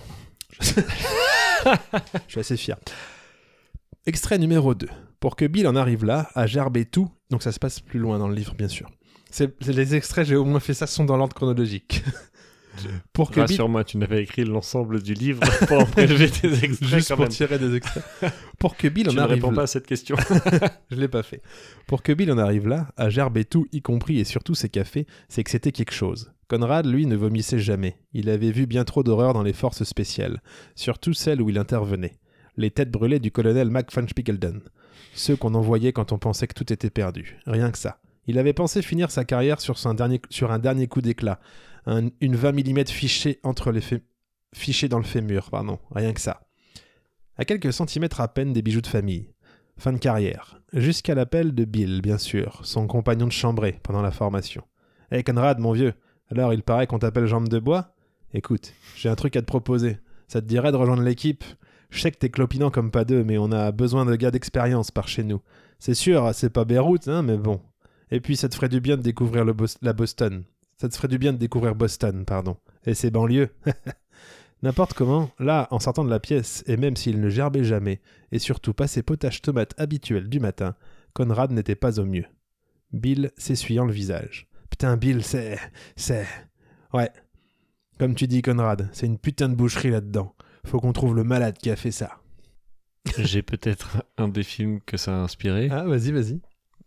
Je suis assez fier. Extrait numéro deux. Pour que Bill en arrive là, à gerber tout, donc ça se passe plus loin dans le livre, bien sûr. C'est, c'est les extraits, j'ai au moins fait ça, sont dans l'ordre chronologique. Pour que Bill... Rassure-moi, tu n'avais écrit l'ensemble du livre pour en prélever des extraits Juste quand pour même. tirer des extraits. Pour que Bill Tu en ne arrive réponds là... pas à cette question. Je l'ai pas fait. Pour que Bill en arrive là, à gerber tout, y compris et surtout ses cafés, c'est que c'était quelque chose. Conrad, lui, ne vomissait jamais. Il avait vu bien trop d'horreurs dans les forces spéciales, surtout celles où il intervenait. Les têtes brûlées du colonel Mac von Spiegelden. Ceux qu'on envoyait quand on pensait que tout était perdu. Rien que ça. Il avait pensé finir sa carrière sur, son dernier, sur un dernier coup d'éclat. Un, une vingt millimètres fichée, entre les fé... fichée dans le fémur. Pardon. Rien que ça. À quelques centimètres à peine des bijoux de famille. Fin de carrière. Jusqu'à l'appel de Bill, bien sûr, son compagnon de chambrée pendant la formation. « Hey Conrad, mon vieux, alors il paraît qu'on t'appelle jambe de bois ? Écoute, j'ai un truc à te proposer. Ça te dirait de rejoindre l'équipe ? Je sais que t'es clopinant comme pas deux, mais on a besoin de gars d'expérience par chez nous. C'est sûr, c'est pas Beyrouth, hein, mais bon. Et puis ça te ferait du bien de découvrir le Bo- la Boston. Ça te ferait du bien de découvrir Boston, pardon. Et ses banlieues. N'importe comment, là, en sortant de la pièce, et même s'il ne gerbait jamais, et surtout pas ses potages tomates habituels du matin, Conrad n'était pas au mieux. Bill s'essuyant le visage. Putain, Bill, c'est... c'est... Ouais. Comme tu dis, Conrad, c'est une putain de boucherie là-dedans. Faut qu'on trouve le malade qui a fait ça. J'ai peut-être un des films que ça a inspiré. Ah, vas-y, vas-y.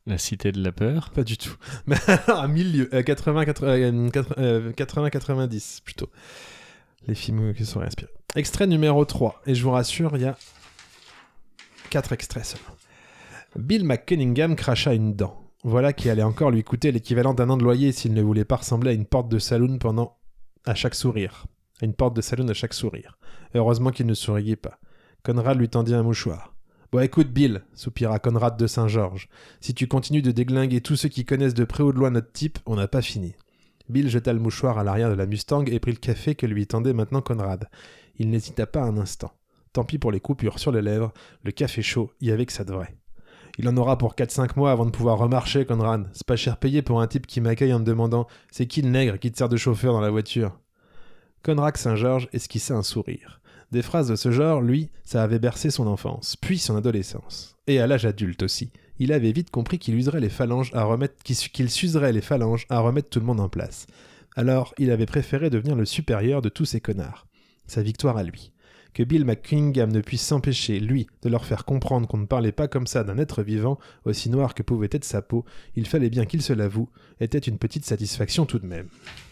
La Cité de la Peur. Pas du tout. Mais alors, à mille lieues. Euh, quatre-vingts quatre-vingt-dix, plutôt. Les films qui sont réinspirés. Extrait numéro trois. Et je vous rassure, il y a quatre extraits seulement. Bill McCunningham cracha une dent. Voilà qui allait encore lui coûter l'équivalent d'un an de loyer s'il ne voulait pas ressembler à une porte de saloon pendant... à chaque sourire. À une porte de saloon à chaque sourire. Heureusement qu'il ne souriait pas. Conrad lui tendit un mouchoir. « Bon, écoute, Bill, soupira Conrad de Saint-Georges. Si tu continues de déglinguer tous ceux qui connaissent de près ou de loin notre type, on n'a pas fini. » Bill jeta le mouchoir à l'arrière de la Mustang et prit le café que lui tendait maintenant Conrad. Il n'hésita pas un instant. Tant pis pour les coupures sur les lèvres, le café chaud y avait que ça devrait. « Il en aura pour quatre cinq mois avant de pouvoir remarcher, Conrad. C'est pas cher payé pour un type qui m'accueille en me demandant « C'est qui le nègre qui te sert de chauffeur dans la voiture ?» Conrad Saint-Georges esquissa un sourire. Des phrases de ce genre, lui, ça avait bercé son enfance, puis son adolescence. Et à l'âge adulte aussi. Il avait vite compris qu'il userait les phalanges à remettre, qu'il s'userait les phalanges à remettre tout le monde en place. Alors, il avait préféré devenir le supérieur de tous ces connards. Sa victoire à lui. Que Bill McCunningham ne puisse s'empêcher, lui, de leur faire comprendre qu'on ne parlait pas comme ça d'un être vivant, aussi noir que pouvait être sa peau, il fallait bien qu'il se l'avoue, était une petite satisfaction tout de même.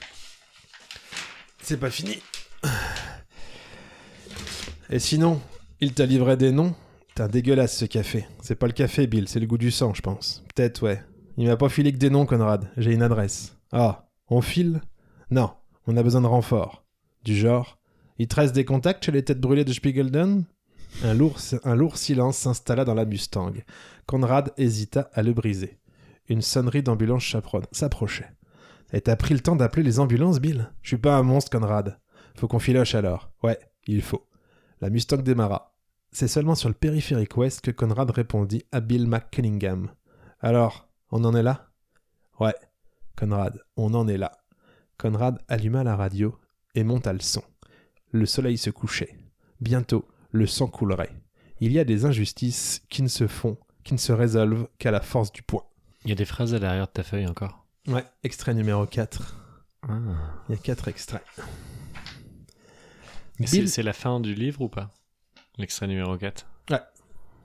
C'est pas fini. Et sinon, il t'a livré des noms ? T'es un dégueulasse ce café. C'est pas le café, Bill, c'est le goût du sang, je pense. Peut-être, ouais. Il m'a pas filé que des noms, Conrad. J'ai une adresse. Ah, on file ? Non, on a besoin de renfort. Du genre, il te reste des contacts chez les têtes brûlées de Spiegelden ? Un lourd, un lourd silence s'installa dans la Mustang. Conrad hésita à le briser. Une sonnerie d'ambulance chaperonne s'approchait. Et t'as pris le temps d'appeler les ambulances, Bill ? Je suis pas un monstre, Conrad. Faut qu'on filoche alors. Ouais, il faut. La Mustang démarra. C'est seulement sur le périphérique ouest que Conrad répondit à Bill McCunningham. « Alors, on en est là ?»« Ouais, Conrad, on en est là. » Conrad alluma la radio et monta le son. Le soleil se couchait. Bientôt, le sang coulerait. Il y a des injustices qui ne se font, qui ne se résolvent qu'à la force du poing. Il y a des phrases à l'arrière de ta feuille encore. Ouais, extrait numéro quatre. Ah. Il y a quatre extraits. Bill... C'est, c'est la fin du livre ou pas ? L'extrait numéro quatre ? Ouais. Waouh !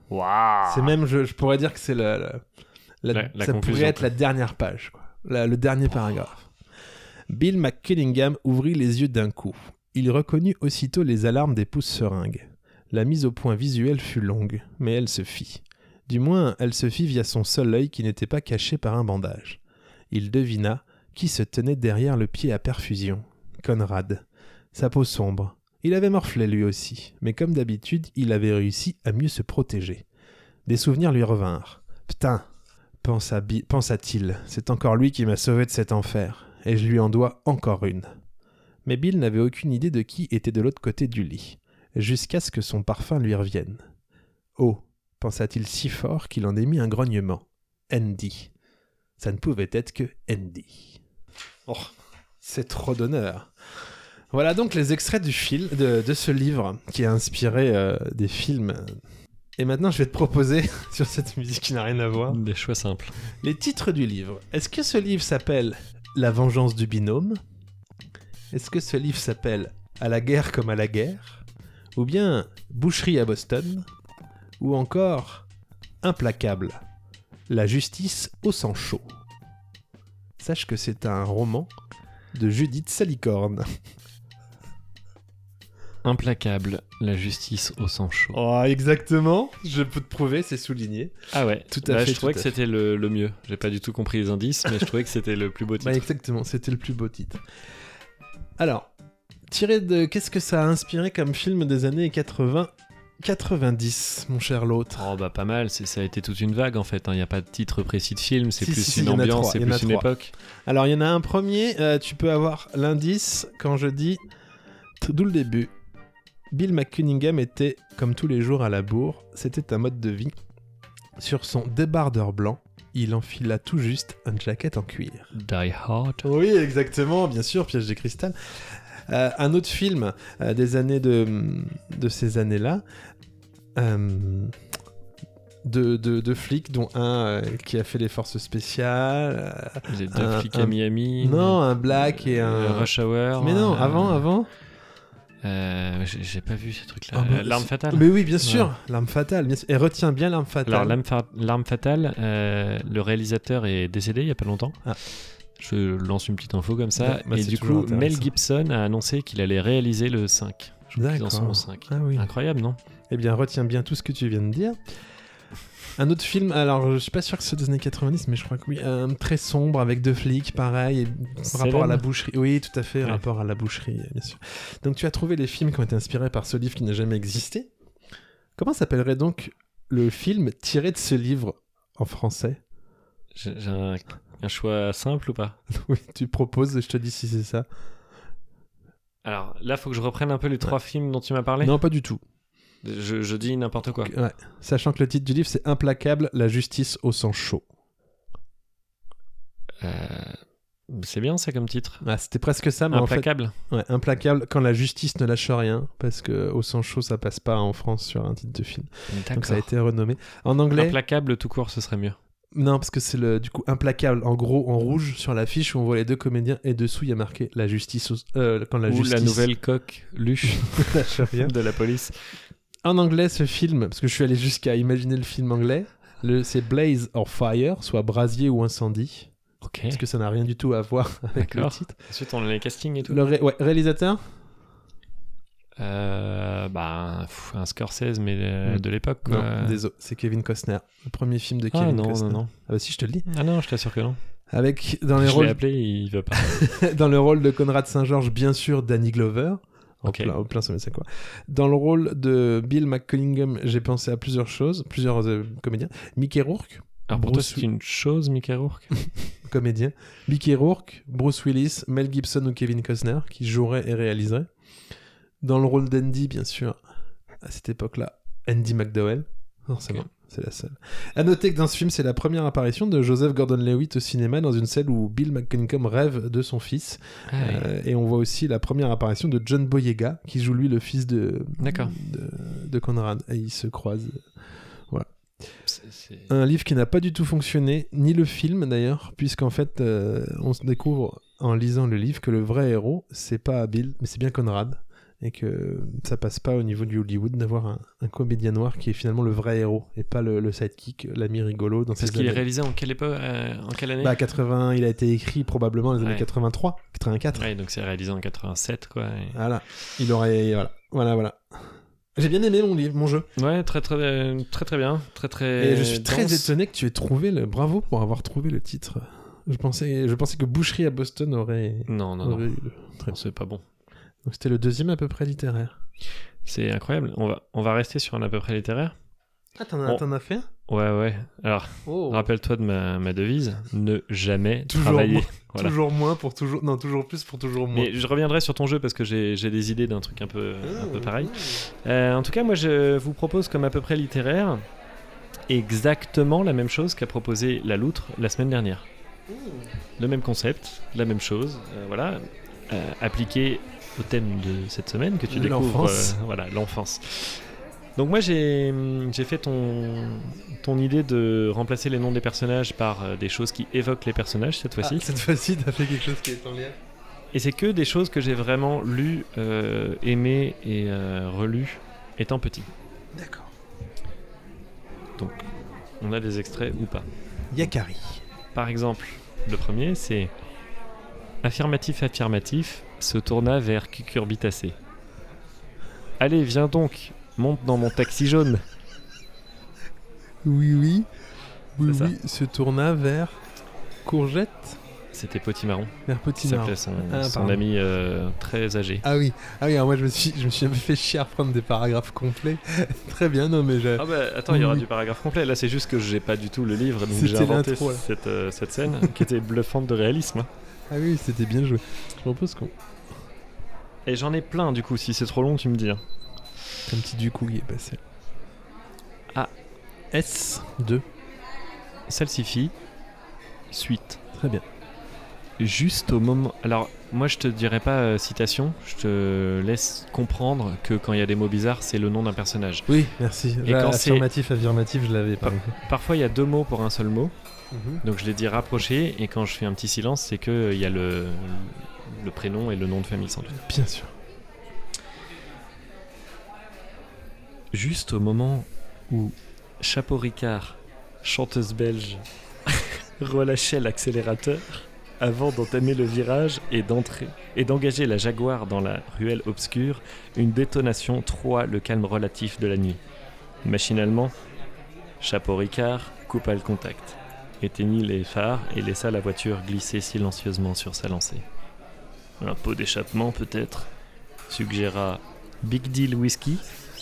C'est même, je, je pourrais dire que c'est la, la, la, la, la ça pourrait être quoi. La dernière page, quoi. La, le dernier paragraphe. Bill McCunningham ouvrit les yeux d'un coup. Il reconnut aussitôt les alarmes des pouces seringues. La mise au point visuelle fut longue, mais elle se fit. Du moins, elle se fit via son seul œil qui n'était pas caché par un bandage. Il devina qui se tenait derrière le pied à perfusion. Conrad. Sa peau sombre. Il avait morflé lui aussi, mais comme d'habitude, il avait réussi à mieux se protéger. Des souvenirs lui revinrent. « Putain !» pensa Bi- pensa-t-il, « c'est encore lui qui m'a sauvé de cet enfer, et je lui en dois encore une. » Mais Bill n'avait aucune idée de qui était de l'autre côté du lit, jusqu'à ce que son parfum lui revienne. « Oh !» pensa-t-il si fort qu'il en émit un grognement. « Andy !» Ça ne pouvait être que Andy. Oh, c'est trop d'honneur. Voilà donc les extraits du fil, de, de ce livre qui a inspiré euh, des films. Et maintenant, je vais te proposer, sur cette musique qui n'a rien à voir, des choix simples. Les titres du livre. Est-ce que ce livre s'appelle La vengeance du binôme ? Est-ce que ce livre s'appelle À la guerre comme à la guerre ? Ou bien Boucherie à Boston ? Ou encore Implacable, La justice au sang chaud ? Sache que c'est un roman de Judith Salicorne. Implacable, La justice au sang chaud. Oh, exactement. Je peux te prouver, c'est souligné. Ah ouais. Tout à Là, fait. Je trouvais que c'était le, le mieux. J'ai pas du tout compris les indices, mais je trouvais que c'était le plus beau titre. Bah, exactement, c'était le plus beau titre. Alors, tiré de... Qu'est-ce que ça a inspiré comme film des années quatre-vingts quatre-vingt-dix, mon cher l'autre. Oh bah pas mal, c'est, ça a été toute une vague en fait. Il hein. n'y a pas de titre précis de film, c'est si, plus si, si, une ambiance, c'est plus une époque. Alors il y en a un premier, euh, tu peux avoir l'indice quand je dis, d'où le début. Bill McCunningham était, comme tous les jours à la bourre, c'était un mode de vie. Sur son débardeur blanc, il enfila tout juste un jacket en cuir. Die Hard. Oui, exactement, bien sûr, Piège de cristal. Euh, un autre film euh, des années de, de ces années-là, euh, de, de, de flics, dont un euh, qui a fait les forces spéciales. Euh, les deux un, flics un, à Miami. Non, un Black et un... Rush Hour. Mais non, euh, avant, avant... Euh, j'ai, j'ai pas vu ces trucs-là. Ah bah, Euh, L'arme c'est- fatale. Mais oui, bien sûr, Ouais. l'arme fatale. Bien sûr. Et retiens bien l'arme fatale. Alors, l'arme, fa- l'arme fatale, euh, le réalisateur est décédé il y a pas longtemps. Ah. Je lance une petite info comme ça. Ouais, bah, et c'est du toujours coup, Mel intéressant. Gibson a annoncé qu'il allait réaliser le cinq. Je crois qu'ils en sont D'accord. au cinq. Ah oui. Incroyable, non? Eh bien, retiens bien tout ce que tu viens de dire. Un autre film, alors je suis pas sûr que c'est des années quatre-vingt-dix, mais je crois que oui, un très sombre avec deux flics, pareil, et rapport à la boucherie. Oui, tout à fait, Ouais. rapport à la boucherie, bien sûr. Donc tu as trouvé les films qui ont été inspirés par ce livre qui n'a jamais existé. Comment s'appellerait donc le film tiré de ce livre en français? J'ai, j'ai un, un choix simple ou pas? Oui, tu proposes et je te dis si c'est ça. Alors là, faut que je reprenne un peu les trois films dont tu m'as parlé. Non, pas du tout. Je, je dis n'importe quoi. Ouais. Sachant que le titre du livre c'est Implacable, la justice au sang chaud. Euh, c'est bien ça comme titre. Ah, c'était presque ça, mais Implacable. en fait, ouais, implacable quand la justice ne lâche rien, parce que au sang chaud ça passe pas en France sur un titre de film. D'accord. Donc ça a été renommé. En anglais, Implacable tout court, ce serait mieux. non, parce que c'est le du coup implacable en gros en rouge sur l'affiche où on voit les deux comédiens et dessous il y a marqué la justice au- euh, quand la Ou justice la nouvelle coque luche ne lâche rien. de la police. En anglais, ce film, parce que je suis allé jusqu'à imaginer le film anglais, le, c'est Blaze or Fire, soit brasier ou incendie, Ok. parce que ça n'a rien du tout à voir avec le D'accord. titre. Ensuite, on a les castings et tout. Le ré- ouais, réalisateur Euh, bah, pff, un Scorsese, mais de, Mm. de l'époque, quoi. Non, désolé, c'est Kevin Costner. Le premier film de Ah Kevin non, Costner. non, non. Ah bah si, je te le dis. Ah non, je t'assure que non. Avec, dans, les Je l'ai rôles, appelé, il veut pas. dans le rôle de Conrad Saint-Georges, bien sûr, Danny Glover. En Ok. plein, au plein sommet, c'est quoi. Dans le rôle de Bill McCunningham, j'ai pensé à plusieurs choses, plusieurs euh, comédiens. Mickey Rourke, Alors pour toi, Bruce c'est une chose, Mickey Rourke? comédien. Mickey Rourke, Bruce Willis, Mel Gibson ou Kevin Costner, qui joueraient et réaliseraient. Dans le rôle d'Andy, bien sûr, à cette époque-là, Andy McDowell. Forcément, Ok. c'est la seule. À noter que dans ce film, c'est la première apparition de Joseph Gordon-Levitt au cinéma dans une scène où Bill McCunningham rêve de son fils. Ah, ouais. Euh, et on voit aussi la première apparition de John Boyega, qui joue lui le fils de, D'accord. de, de Conrad. Et ils se croisent. C'est- c'est- Un livre qui n'a pas du tout fonctionné, ni le film d'ailleurs, puisqu'en fait, euh, on se découvre en lisant le livre que le vrai héros, c'est pas Bill, mais c'est bien Conrad. Et que ça passe pas au niveau du Hollywood d'avoir un, un comédien noir qui est finalement le vrai héros, et pas le, le sidekick, l'ami rigolo dans Parce ses qu'il est années. réalisé en quelle époque, euh, en quelle année? Bah, quatre-vingts, il a été écrit probablement dans les années Ouais. quatre-vingt-trois, quatre-vingt-quatre. Ouais, donc c'est réalisé en quatre-vingt-sept, quoi. et- Voilà. Il aurait. Voilà, voilà, voilà. J'ai bien aimé mon livre, mon jeu. Ouais, très très euh, très très bien, très très. Et je suis très dense. étonné que tu aies trouvé le. Bravo pour avoir trouvé le titre. Je pensais, je pensais que Boucherie à Boston aurait. Non, non, non, aurait eu le- Très non, c'est pas bon. Donc c'était le deuxième à peu près littéraire. C'est incroyable. On va on va rester sur un à peu près littéraire. Ah, t'en as, Bon. t'en as fait un Ouais, ouais. Alors, Oh. rappelle-toi de ma, ma devise ne jamais Toujours travailler. moins. Voilà. Toujours moins pour toujours. Non, toujours plus pour toujours moins. Mais je reviendrai sur ton jeu parce que j'ai j'ai des idées d'un truc un peu, un peu pareil. Euh, en tout cas, moi, je vous propose comme à peu près littéraire exactement la même chose qu'a proposé La Loutre la semaine dernière. Le même concept, la même chose, euh, voilà, euh, appliqué au thème de cette semaine que tu découvres. L'enfance. euh, voilà, l'enfance. Donc moi, j'ai j'ai fait ton, ton idée de remplacer les noms des personnages par euh, des choses qui évoquent les personnages cette Ah, fois-ci. cette fois-ci, t'as fait quelque chose qui est en lien. Et c'est que des choses que j'ai vraiment lues, euh, aimées et euh, relues étant petit. D'accord. Donc, on a des extraits ou pas. Yakari. Par exemple, le premier, c'est affirmatif, affirmatif, se tourna vers Cucurbitacé. Allez, viens donc, monte dans mon taxi jaune. Oui, oui. Oui, C'est ça. oui. Se tourna vers Courgette. C'était Potimarron, Vers qui Potimarron. s'appelait son, Ah, son pardon. ami euh, très âgé. Ah oui, ah oui, alors moi je me suis, je me suis fait chier à reprendre des paragraphes complets. Très bien, non mais je... Ah bah attends, il y aura Oui. du paragraphe complet. Là, c'est juste que j'ai pas du tout le livre, donc j'ai C'était inventé l'intro, là. cette, euh, cette scène qui était bluffante de réalisme. Ah oui, c'était bien joué. Je propose qu'on... Et j'en ai plein du coup, si c'est trop long, tu me dis. hein. Un petit du coup qui est passé. Ah. S deux. Salsifis, suite. Très bien. Juste au moment. Alors, moi je te dirais pas euh, citation, je te laisse comprendre que quand il y a des mots bizarres, c'est le nom d'un personnage. Oui, merci. Et Là, quand c'est- affirmatif, affirmatif, je l'avais pas. Parfois il y a deux mots pour un seul mot, Mhm. donc je les dis rapprochés, et quand je fais un petit silence, c'est qu'il y a le, le prénom et le nom de famille sans doute. Bien sûr. juste au moment où Chapeau Ricard, chanteuse belge, relâchait l'accélérateur avant d'entamer le virage et d'entrer et d'engager la Jaguar dans la ruelle obscure, une détonation troua le calme relatif de la nuit. Machinalement, Chapeau Ricard coupa le contact, éteignit les phares et laissa la voiture glisser silencieusement sur sa lancée. Un pot d'échappement peut-être, suggéra Big Deal Whisky.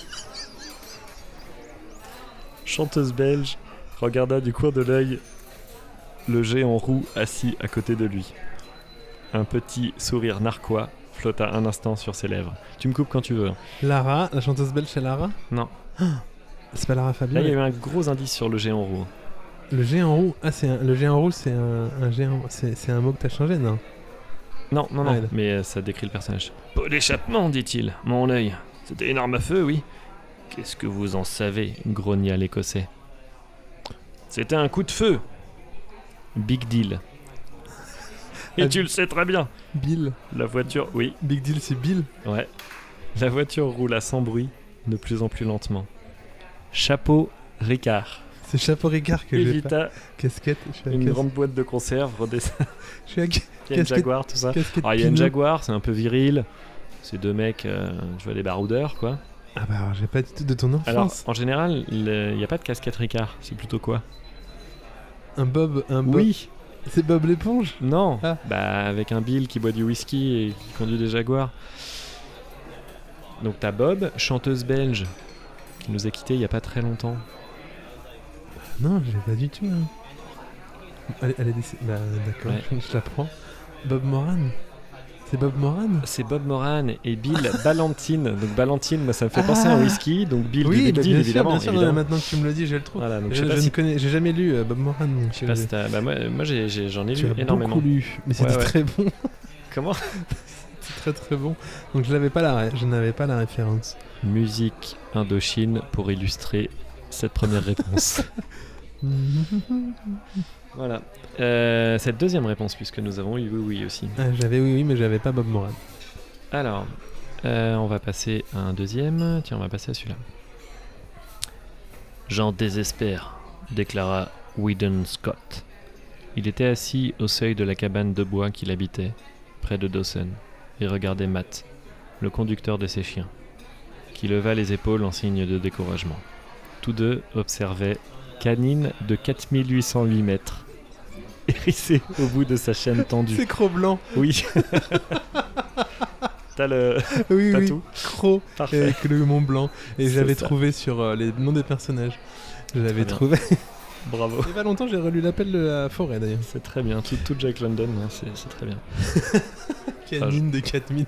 Chanteuse belge regarda du coin de l'œil le géant roux assis à côté de lui. Un petit sourire narquois flotta un instant sur ses lèvres. Tu me coupes quand tu veux. Hein. Lara, la chanteuse belge, c'est Lara? Non. C'est pas Lara Fabian? Là, il y a eu un gros indice sur le géant roux. Le géant roux? Ah, c'est un... le géant roux, c'est un, un géant... C'est... c'est un mot que t'as changé, non? Non, non, non, Ouais, là. mais euh, ça décrit le personnage. Pot d'échappement, dit-il. Mon œil. C'était une arme à feu, oui. Qu'est-ce que vous en savez, grogna l'Écossais. C'était un coup de feu. Big deal. Et Ah, tu le sais très bien. Bill. La voiture, oui, Big Deal, c'est Bill. ouais. La voiture roula sans bruit, de plus en plus lentement. Chapeau Ricard. C'est Chapeau Ricard que j'ai pas. Évita Casquette. Je suis à une cas- grande boîte de conserve, redescend. Je suis à ca- Il y a une Casquette- Jaguar, tout ça. casquette Alors, il y a une Pinot. Jaguar, c'est un peu viril. C'est deux mecs, euh, je vois des baroudeurs, quoi. Ah bah alors, j'ai pas du tout de ton enfance. Alors, en général, il n'y a pas de casquette Ricard. C'est plutôt quoi? Un Bob, un Bob. Oui. C'est Bob l'éponge. Non. Ah. Bah, avec un Bill qui boit du whisky et qui conduit des Jaguars. Donc, t'as Bob, chanteuse belge, qui nous a quittés il y a pas très longtemps. Non, j'ai pas du tout. Hein. Elle, elle est décédée. Bah d'accord, Ouais. je la prends. Bob Moran. C'est Bob Moran. C'est Bob Moran et Bill Ballantine. Donc, Ballantine, moi, ça me fait Ah. penser à un whisky. Donc, Bill Oui, du Big bah, Deal, bien sûr, évidemment. bien sûr. évidemment. Maintenant que tu me le dis, j'ai le trou. Voilà, donc je je sais pas je si ne connais, j'ai jamais lu euh, Bob Moran. Donc Je sais pas si t'as- bah, moi, moi j'ai, j'ai- j'en ai tu lu as énormément. beaucoup lu, mais c'était Ouais, ouais. très bon, Comment? c'était très très bon. Donc je n'avais pas la, ré- je n'avais pas la référence. Musique Indochine pour illustrer cette première réponse. Voilà. Euh, cette deuxième réponse, puisque nous avons eu oui, oui aussi. Ah, j'avais oui oui, mais j'avais pas Bob Moran. Alors, euh, on va passer à un deuxième. Tiens, on va passer à celui-là. J'en désespère, déclara Whedon Scott. Il était assis au seuil de la cabane de bois qu'il habitait, près de Dawson, et regardait Matt, le conducteur de ses chiens, qui leva les épaules en signe de découragement. Tous deux observaient Canine de quatre mille huit cent huit mètres, hérissé au bout de sa chaîne tendue. C'est Cro-Blanc. Oui. T'as le... Oui T'as oui. tout. Cro Parfait. avec le Mont Blanc. Et C'est j'avais ça. trouvé sur euh, les noms des personnages. Je l'avais bien. trouvé. Bravo. Il y a pas longtemps, j'ai relu l'appel de la forêt d'ailleurs. C'est très bien. Tout, tout Jack London, hein, c'est, c'est très bien. Canine de quatre mille.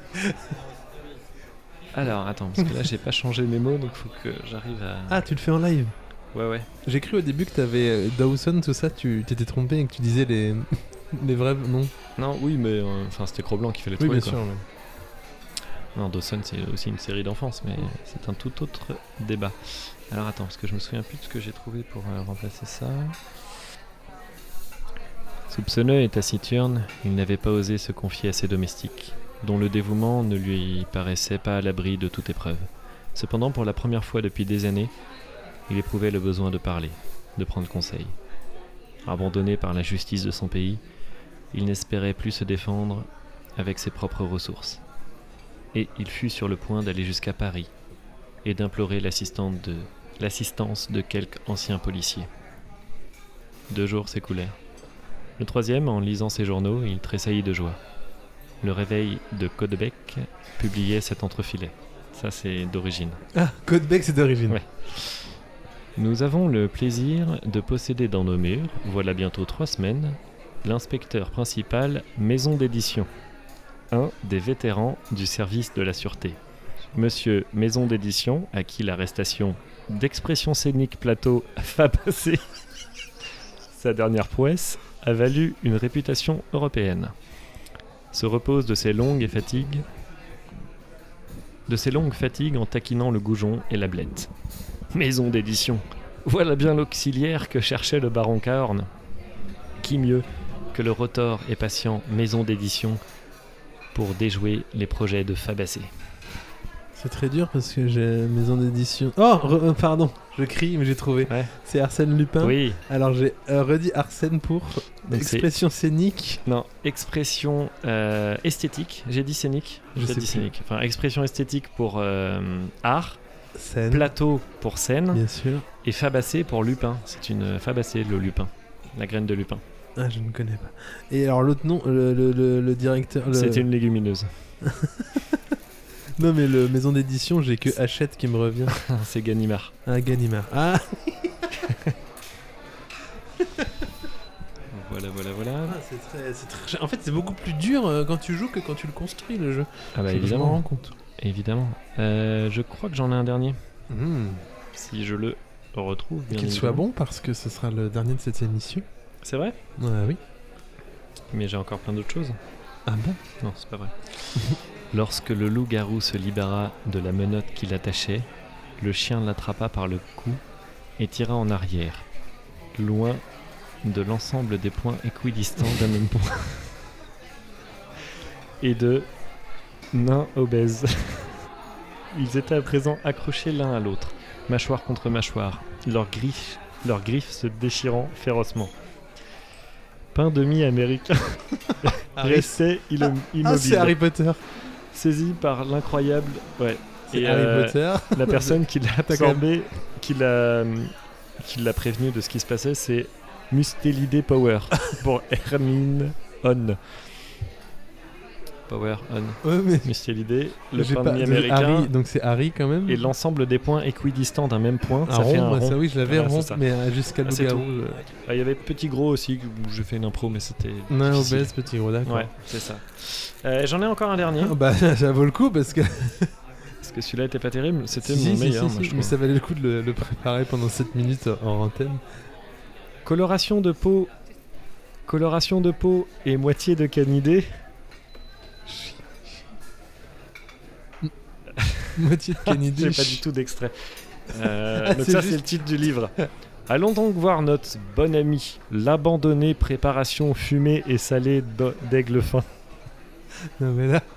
Alors, attends, parce que là, j'ai pas changé mes mots, donc faut que j'arrive à... Ah, tu le fais en live. Ouais, ouais. J'ai cru au début que t'avais euh, Dawson, tout ça, tu t'étais trompé et que tu disais les, les vrais noms. Non, oui, mais... euh, Enfin, c'était Cro-Blanc qui fallait Oui, trouver, bien quoi. sûr. ouais. Non, Dawson, c'est aussi une série d'enfance, mais c'est un tout autre débat. Alors, attends, parce que je me souviens plus de ce que j'ai trouvé pour euh, remplacer ça. Soupçonneux et taciturne, il n'avait pas osé se confier à ses domestiques, dont le dévouement ne lui paraissait pas à l'abri de toute épreuve. Cependant, pour la première fois depuis des années, il éprouvait le besoin de parler, de prendre conseil. Abandonné par la justice de son pays, il n'espérait plus se défendre avec ses propres ressources. Et il fut sur le point d'aller jusqu'à Paris et d'implorer l'assistante de, l'assistance de quelques anciens policiers. Deux jours s'écoulèrent. Le troisième, en lisant ses journaux, il tressaillit de joie. Le Réveil de Caudebec publiait cet entrefilet. Ça, c'est d'origine. Ah, Caudebec, c'est d'origine. Ouais. Nous avons le plaisir de posséder dans nos murs, voilà bientôt trois semaines, l'inspecteur principal Maison d'édition, un des vétérans du service de la sûreté. Monsieur Maison d'édition, à qui l'arrestation d'Expression Scénique Plateau Fabassé, sa dernière prouesse, a valu une réputation européenne. Se repose de ses longues et fatigues, de ses longues fatigues en taquinant le goujon et la blette. Maison d'édition, voilà bien l'auxiliaire que cherchait le baron Cahorn. Qui mieux que le rotor et patient Maison d'édition pour déjouer les projets de Fabassé. c'est très dur parce que j'ai maison d'édition. Oh, re- euh, pardon, je crie, mais j'ai trouvé. Ouais. C'est Arsène Lupin. Oui. Alors j'ai euh, redit Arsène pour Donc, expression scénique. Non, expression euh, esthétique. J'ai dit scénique. Je J'ai sais dit plus. scénique. Enfin, expression esthétique pour euh, art. Scène. Plateau pour scène. Bien sûr. Et fabacé pour lupin. C'est une fabacée, le lupin. La graine de lupin. Ah, je ne connais pas. Et alors l'autre nom, le, le, le, le directeur. Le... C'était une légumineuse. Non, mais le maison d'édition, j'ai que Hachette qui me revient. C'est Ganimard. Ah, Ganimard. Ah, Voilà, voilà, voilà. Ah, c'est très, c'est très- En fait, c'est beaucoup plus dur euh, quand tu joues que quand tu le construis, le jeu. Ah bah Je- je m'en évidemment. rends compte. Évidemment. Euh, je crois que j'en ai un dernier. Mmh. Si je le retrouve. bien Qu'il soit évidemment. bon parce que ce sera le dernier de cette émission. C'est vrai. Ah oui. Mais j'ai encore plein d'autres choses. Ah bon? Non, c'est pas vrai. Lorsque le loup-garou se libéra de la menotte qui l'attachait, le chien l'attrapa par le cou et tira en arrière, loin de l'ensemble des points équidistants d'un même point. Et de nains obèses. Ils étaient à présent accrochés l'un à l'autre, mâchoire contre mâchoire, leurs griffes, leurs griffes se déchirant férocement. Pain demi-américain restait ilo- immobile, Ah, c'est Harry Potter. saisi par l'incroyable. Ouais. C'est Et, Harry euh, Potter. La personne qui l'a T'as quand absorbé, qui l'a, qui l'a prévenu de ce qui se passait, c'est Mustélidé Power pour Hermine On. Power On. Ouais, mais Mustélidé, le j'ai pain pas- demi-américain Harry, donc c'est Harry quand même. et l'ensemble des points équidistants d'un même point. Un ça fait rond, un bah, rond. ça oui, je l'avais Voilà, rond, c'est ça. mais euh, jusqu'à Ah, c'est loup-garou. tout. je- Ah, il y avait Petit Gros aussi, où j'ai fait une impro, mais c'était. Non, difficile. obèse, petit gros, d'accord. Ouais, c'est ça. Euh, j'en ai encore un dernier, Ah, bah, ça vaut le coup parce que. parce que celui-là était pas terrible. C'était Si, mon si, meilleur, si, moi, si, je mais trouve. ça valait le coup de le, le préparer pendant sept minutes en antenne. Coloration de peau. Coloration de peau et moitié de canidé. Moitié de Kennedy. J'ai pas du tout d'extrait. Euh, Ah, donc c'est ça, juste- c'est le titre du livre. Allons donc voir notre bon ami, l'abandonné préparation fumée et salée d'o- d'aigle fin. Non, mais là.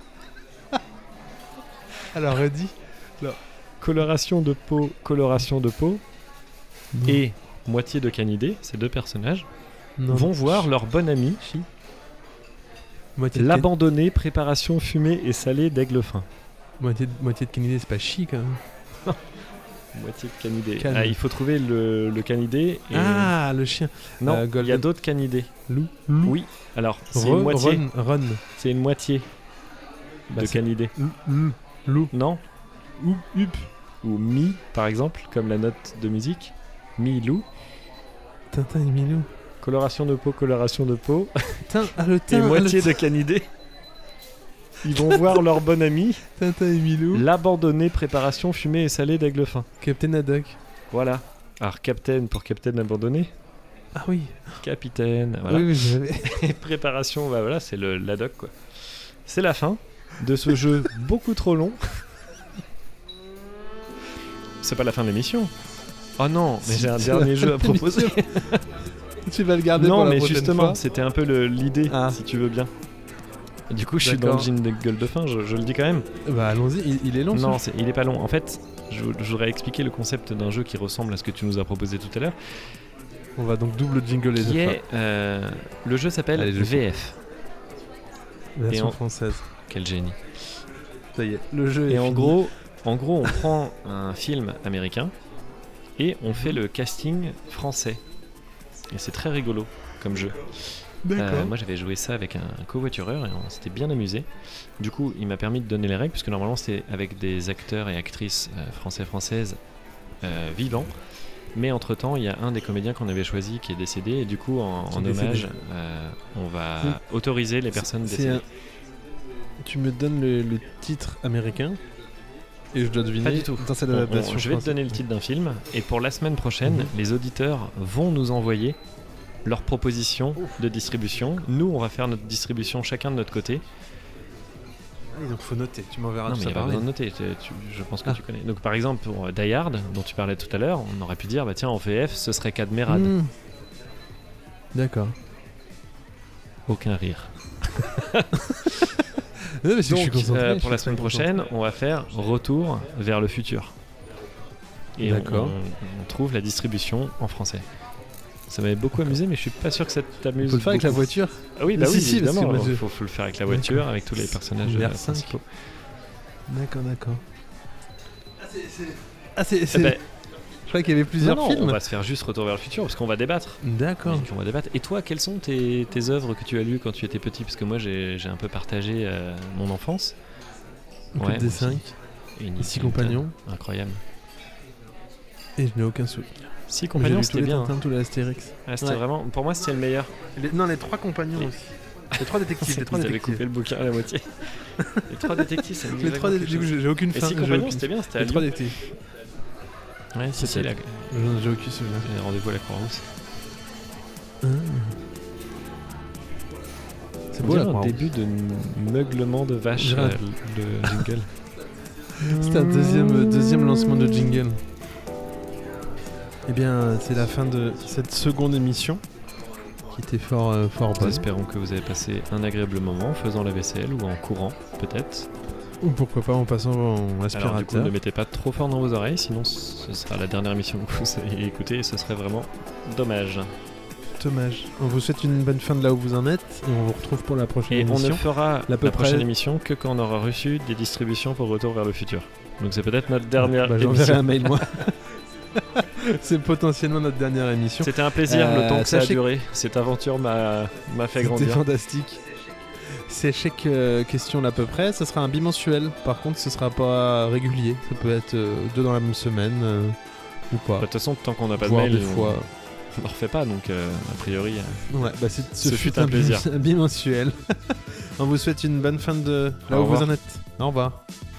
Alors, redis. Coloration de peau, coloration de peau et moitié de canidé, ces deux personnages, Non. vont voir leur bon ami, Moitié de, Ken- l'abandonné préparation fumée et salée d'aigle fin. moitié de, moitié de Kennedy, c'est pas chi quand même. Moitié de canidé. Canne. Ah, il faut trouver le, le canidé. Et... Ah, le chien. non, euh, il y a Golden- d'autres canidés. Loup. Loup. Oui, alors, c'est Re- une moitié. Ron. Ron. C'est une moitié Bah, de c'est- canidé. Loup. Loup. Loup. Non? Ou. Up. Ou mi, par exemple, comme la note de musique. Mi, loup. Tintin et Milou. Coloration de peau, coloration de peau. Tin, ah, le Et teint. moitié le de canidé. Ils vont voir leur bon ami, Tintin et Milou. l'abandonné préparation fumée et salée d'aigle fin. Captain Haddock. Voilà. Alors, capitaine pour capitaine abandonné. Ah oui. Capitaine, voilà. Oui, oui, j'avais. Et préparation, bah voilà, c'est le l'addoc, quoi. C'est la fin de ce jeu beaucoup trop long. C'est pas la fin de l'émission. Oh non, mais j'ai un C'est dernier la jeu fin à de proposer. Tu vas le garder pour Non, la mais prochaine justement, fois. c'était un peu le- l'idée, Ah. si tu veux bien. Du coup, je suis dans le D'accord. jean de gueule de fin, je, je le dis quand même. Bah allons-y, il, il est long. Non, ce c'est- il est pas long. En fait, je, je voudrais expliquer le concept d'un jeu qui ressemble à ce que tu nous as proposé tout à l'heure. jeu. On va donc double jingle les deux Qui fois. est, euh, le jeu s'appelle Allez, je V F. Version et en- française. Quel génie. Ça y est, le jeu est Et en fini. gros, en gros, on prend un film américain et on fait le casting français. Et c'est très rigolo comme jeu. D'accord. Euh, moi j'avais joué ça avec un covoitureur et on s'était bien amusé. Du coup, il m'a permis de donner les règles, puisque normalement c'était avec des acteurs et actrices euh, français-françaises euh, vivants. Mais entre temps, il y a un des comédiens qu'on avait choisi qui est décédé, et du coup, en, Qui en est décédé. hommage, euh, on va Oui. autoriser les personnes C'est décédées. un- Tu me donnes le, le titre américain et je dois deviner. Pas du tout. Dans cette On- on- adaptation. je vais te française. donner le titre d'un film, et pour la semaine prochaine, Mhm. les auditeurs vont nous envoyer leurs propositions de distribution. Nous, on va faire notre distribution chacun de notre côté. Ah, donc faut noter. Tu m'enverras Non, tout mais ça il y a pas par besoin mail. de noter, tu- tu- je pense que Ah. tu connais. Donc par exemple, pour euh, Die Hard, dont tu parlais tout à l'heure, on aurait pu dire, bah tiens, en V F, ce serait Cadmerade. Hmm. D'accord. Aucun rire. Non, mais c'est que je suis Donc, concentré, euh, je pour la suis semaine très prochaine, on va faire Retour vers le futur. Et on, D'accord. on, on trouve la distribution en français. Ça m'avait beaucoup amusé, mais je suis pas sûr que ça t'amuse. On peut le faire avec la beaucoup. voiture. Ah oui, bah Si, oui, si, parce que évidemment. moi, je- Il faut, faut le faire avec la voiture, D'accord. avec tous les personnages V euh, R cinq. principaux. D'accord, d'accord. Ah, c'est. c'est- Ah, c'est. Eh c'est- ben, Je croyais qu'il y avait plusieurs non, non, films. on va se faire juste Retour vers le futur, parce qu'on va débattre. D'accord. Donc, on va débattre. Et toi, quelles sont tes, tes œuvres que tu as lues quand tu étais petit? Parce que moi, j'ai j'ai un peu partagé euh, mon enfance. Le Ouais, Club des moi aussi. cinq. Et Les Nick six Newton. compagnons. Incroyable. Et je n'ai aucun souvenir. Six J'ai compagnons, lu tous c'était les bien. Tintins, hein. tous les Astérix. Ah, c'était Ouais. vraiment, pour moi, c'était le meilleur. Les- Non, les trois compagnons Les- aussi. Les trois détectives. Les trois Ils avaient détectives. coupé le bouquin à la moitié. Les trois détectives, ça me dit Les trois vaguement détectives. quelque chose. J'ai aucune Et fin. six j'ai compagnons, aucune- c'était bien, c'était à Les trois Lyon. détectives. Ouais, c'est C'est la... J'en- J'ai aucun souvenir. les rendez-vous à la Croix-Rousse. Ah. C'est On beau la dirait un croix. début de meuglement de vache, Grave. euh, le jingle. C'était un deuxième, deuxième lancement de jingle. Eh bien, c'est la fin de cette seconde émission qui était fort, euh, fort Nous bonne. espérons que vous avez passé un agréable moment en faisant la vaisselle ou en courant, peut-être. Ou pourquoi pas en passant en Alors du coup, aspirateur. ne mettez pas trop fort dans vos oreilles, sinon ce sera la dernière émission que vous allez écouter et ce serait vraiment dommage. Dommage. On vous souhaite une bonne fin de là où vous en êtes et on vous retrouve pour la prochaine Et on émission. ne fera à peu la prochaine près- émission que quand on aura reçu des distributions pour Retour vers le futur. Donc c'est peut-être notre dernière Bah, j'enverrai émission. un mail moi. C'est potentiellement notre dernière émission. C'était un plaisir, Euh, le temps que ça a sachez- duré. Cette aventure m'a m'a fait C'était grandir. fantastique. C'est chaque euh, question là à peu près. Ce sera un bimensuel. Par contre, ce sera pas régulier. Ça peut être euh, deux dans la même semaine euh, ou pas. De toute façon, tant qu'on n'a pas de Voire mail, des on- fois. on ne refait pas. Donc euh, a priori, euh, Ouais, bah c'est, ce, Ce fut fut un un plaisir. bi- un bimensuel. On vous souhaite une bonne fin de là Au où vous revoir. en êtes. Au revoir.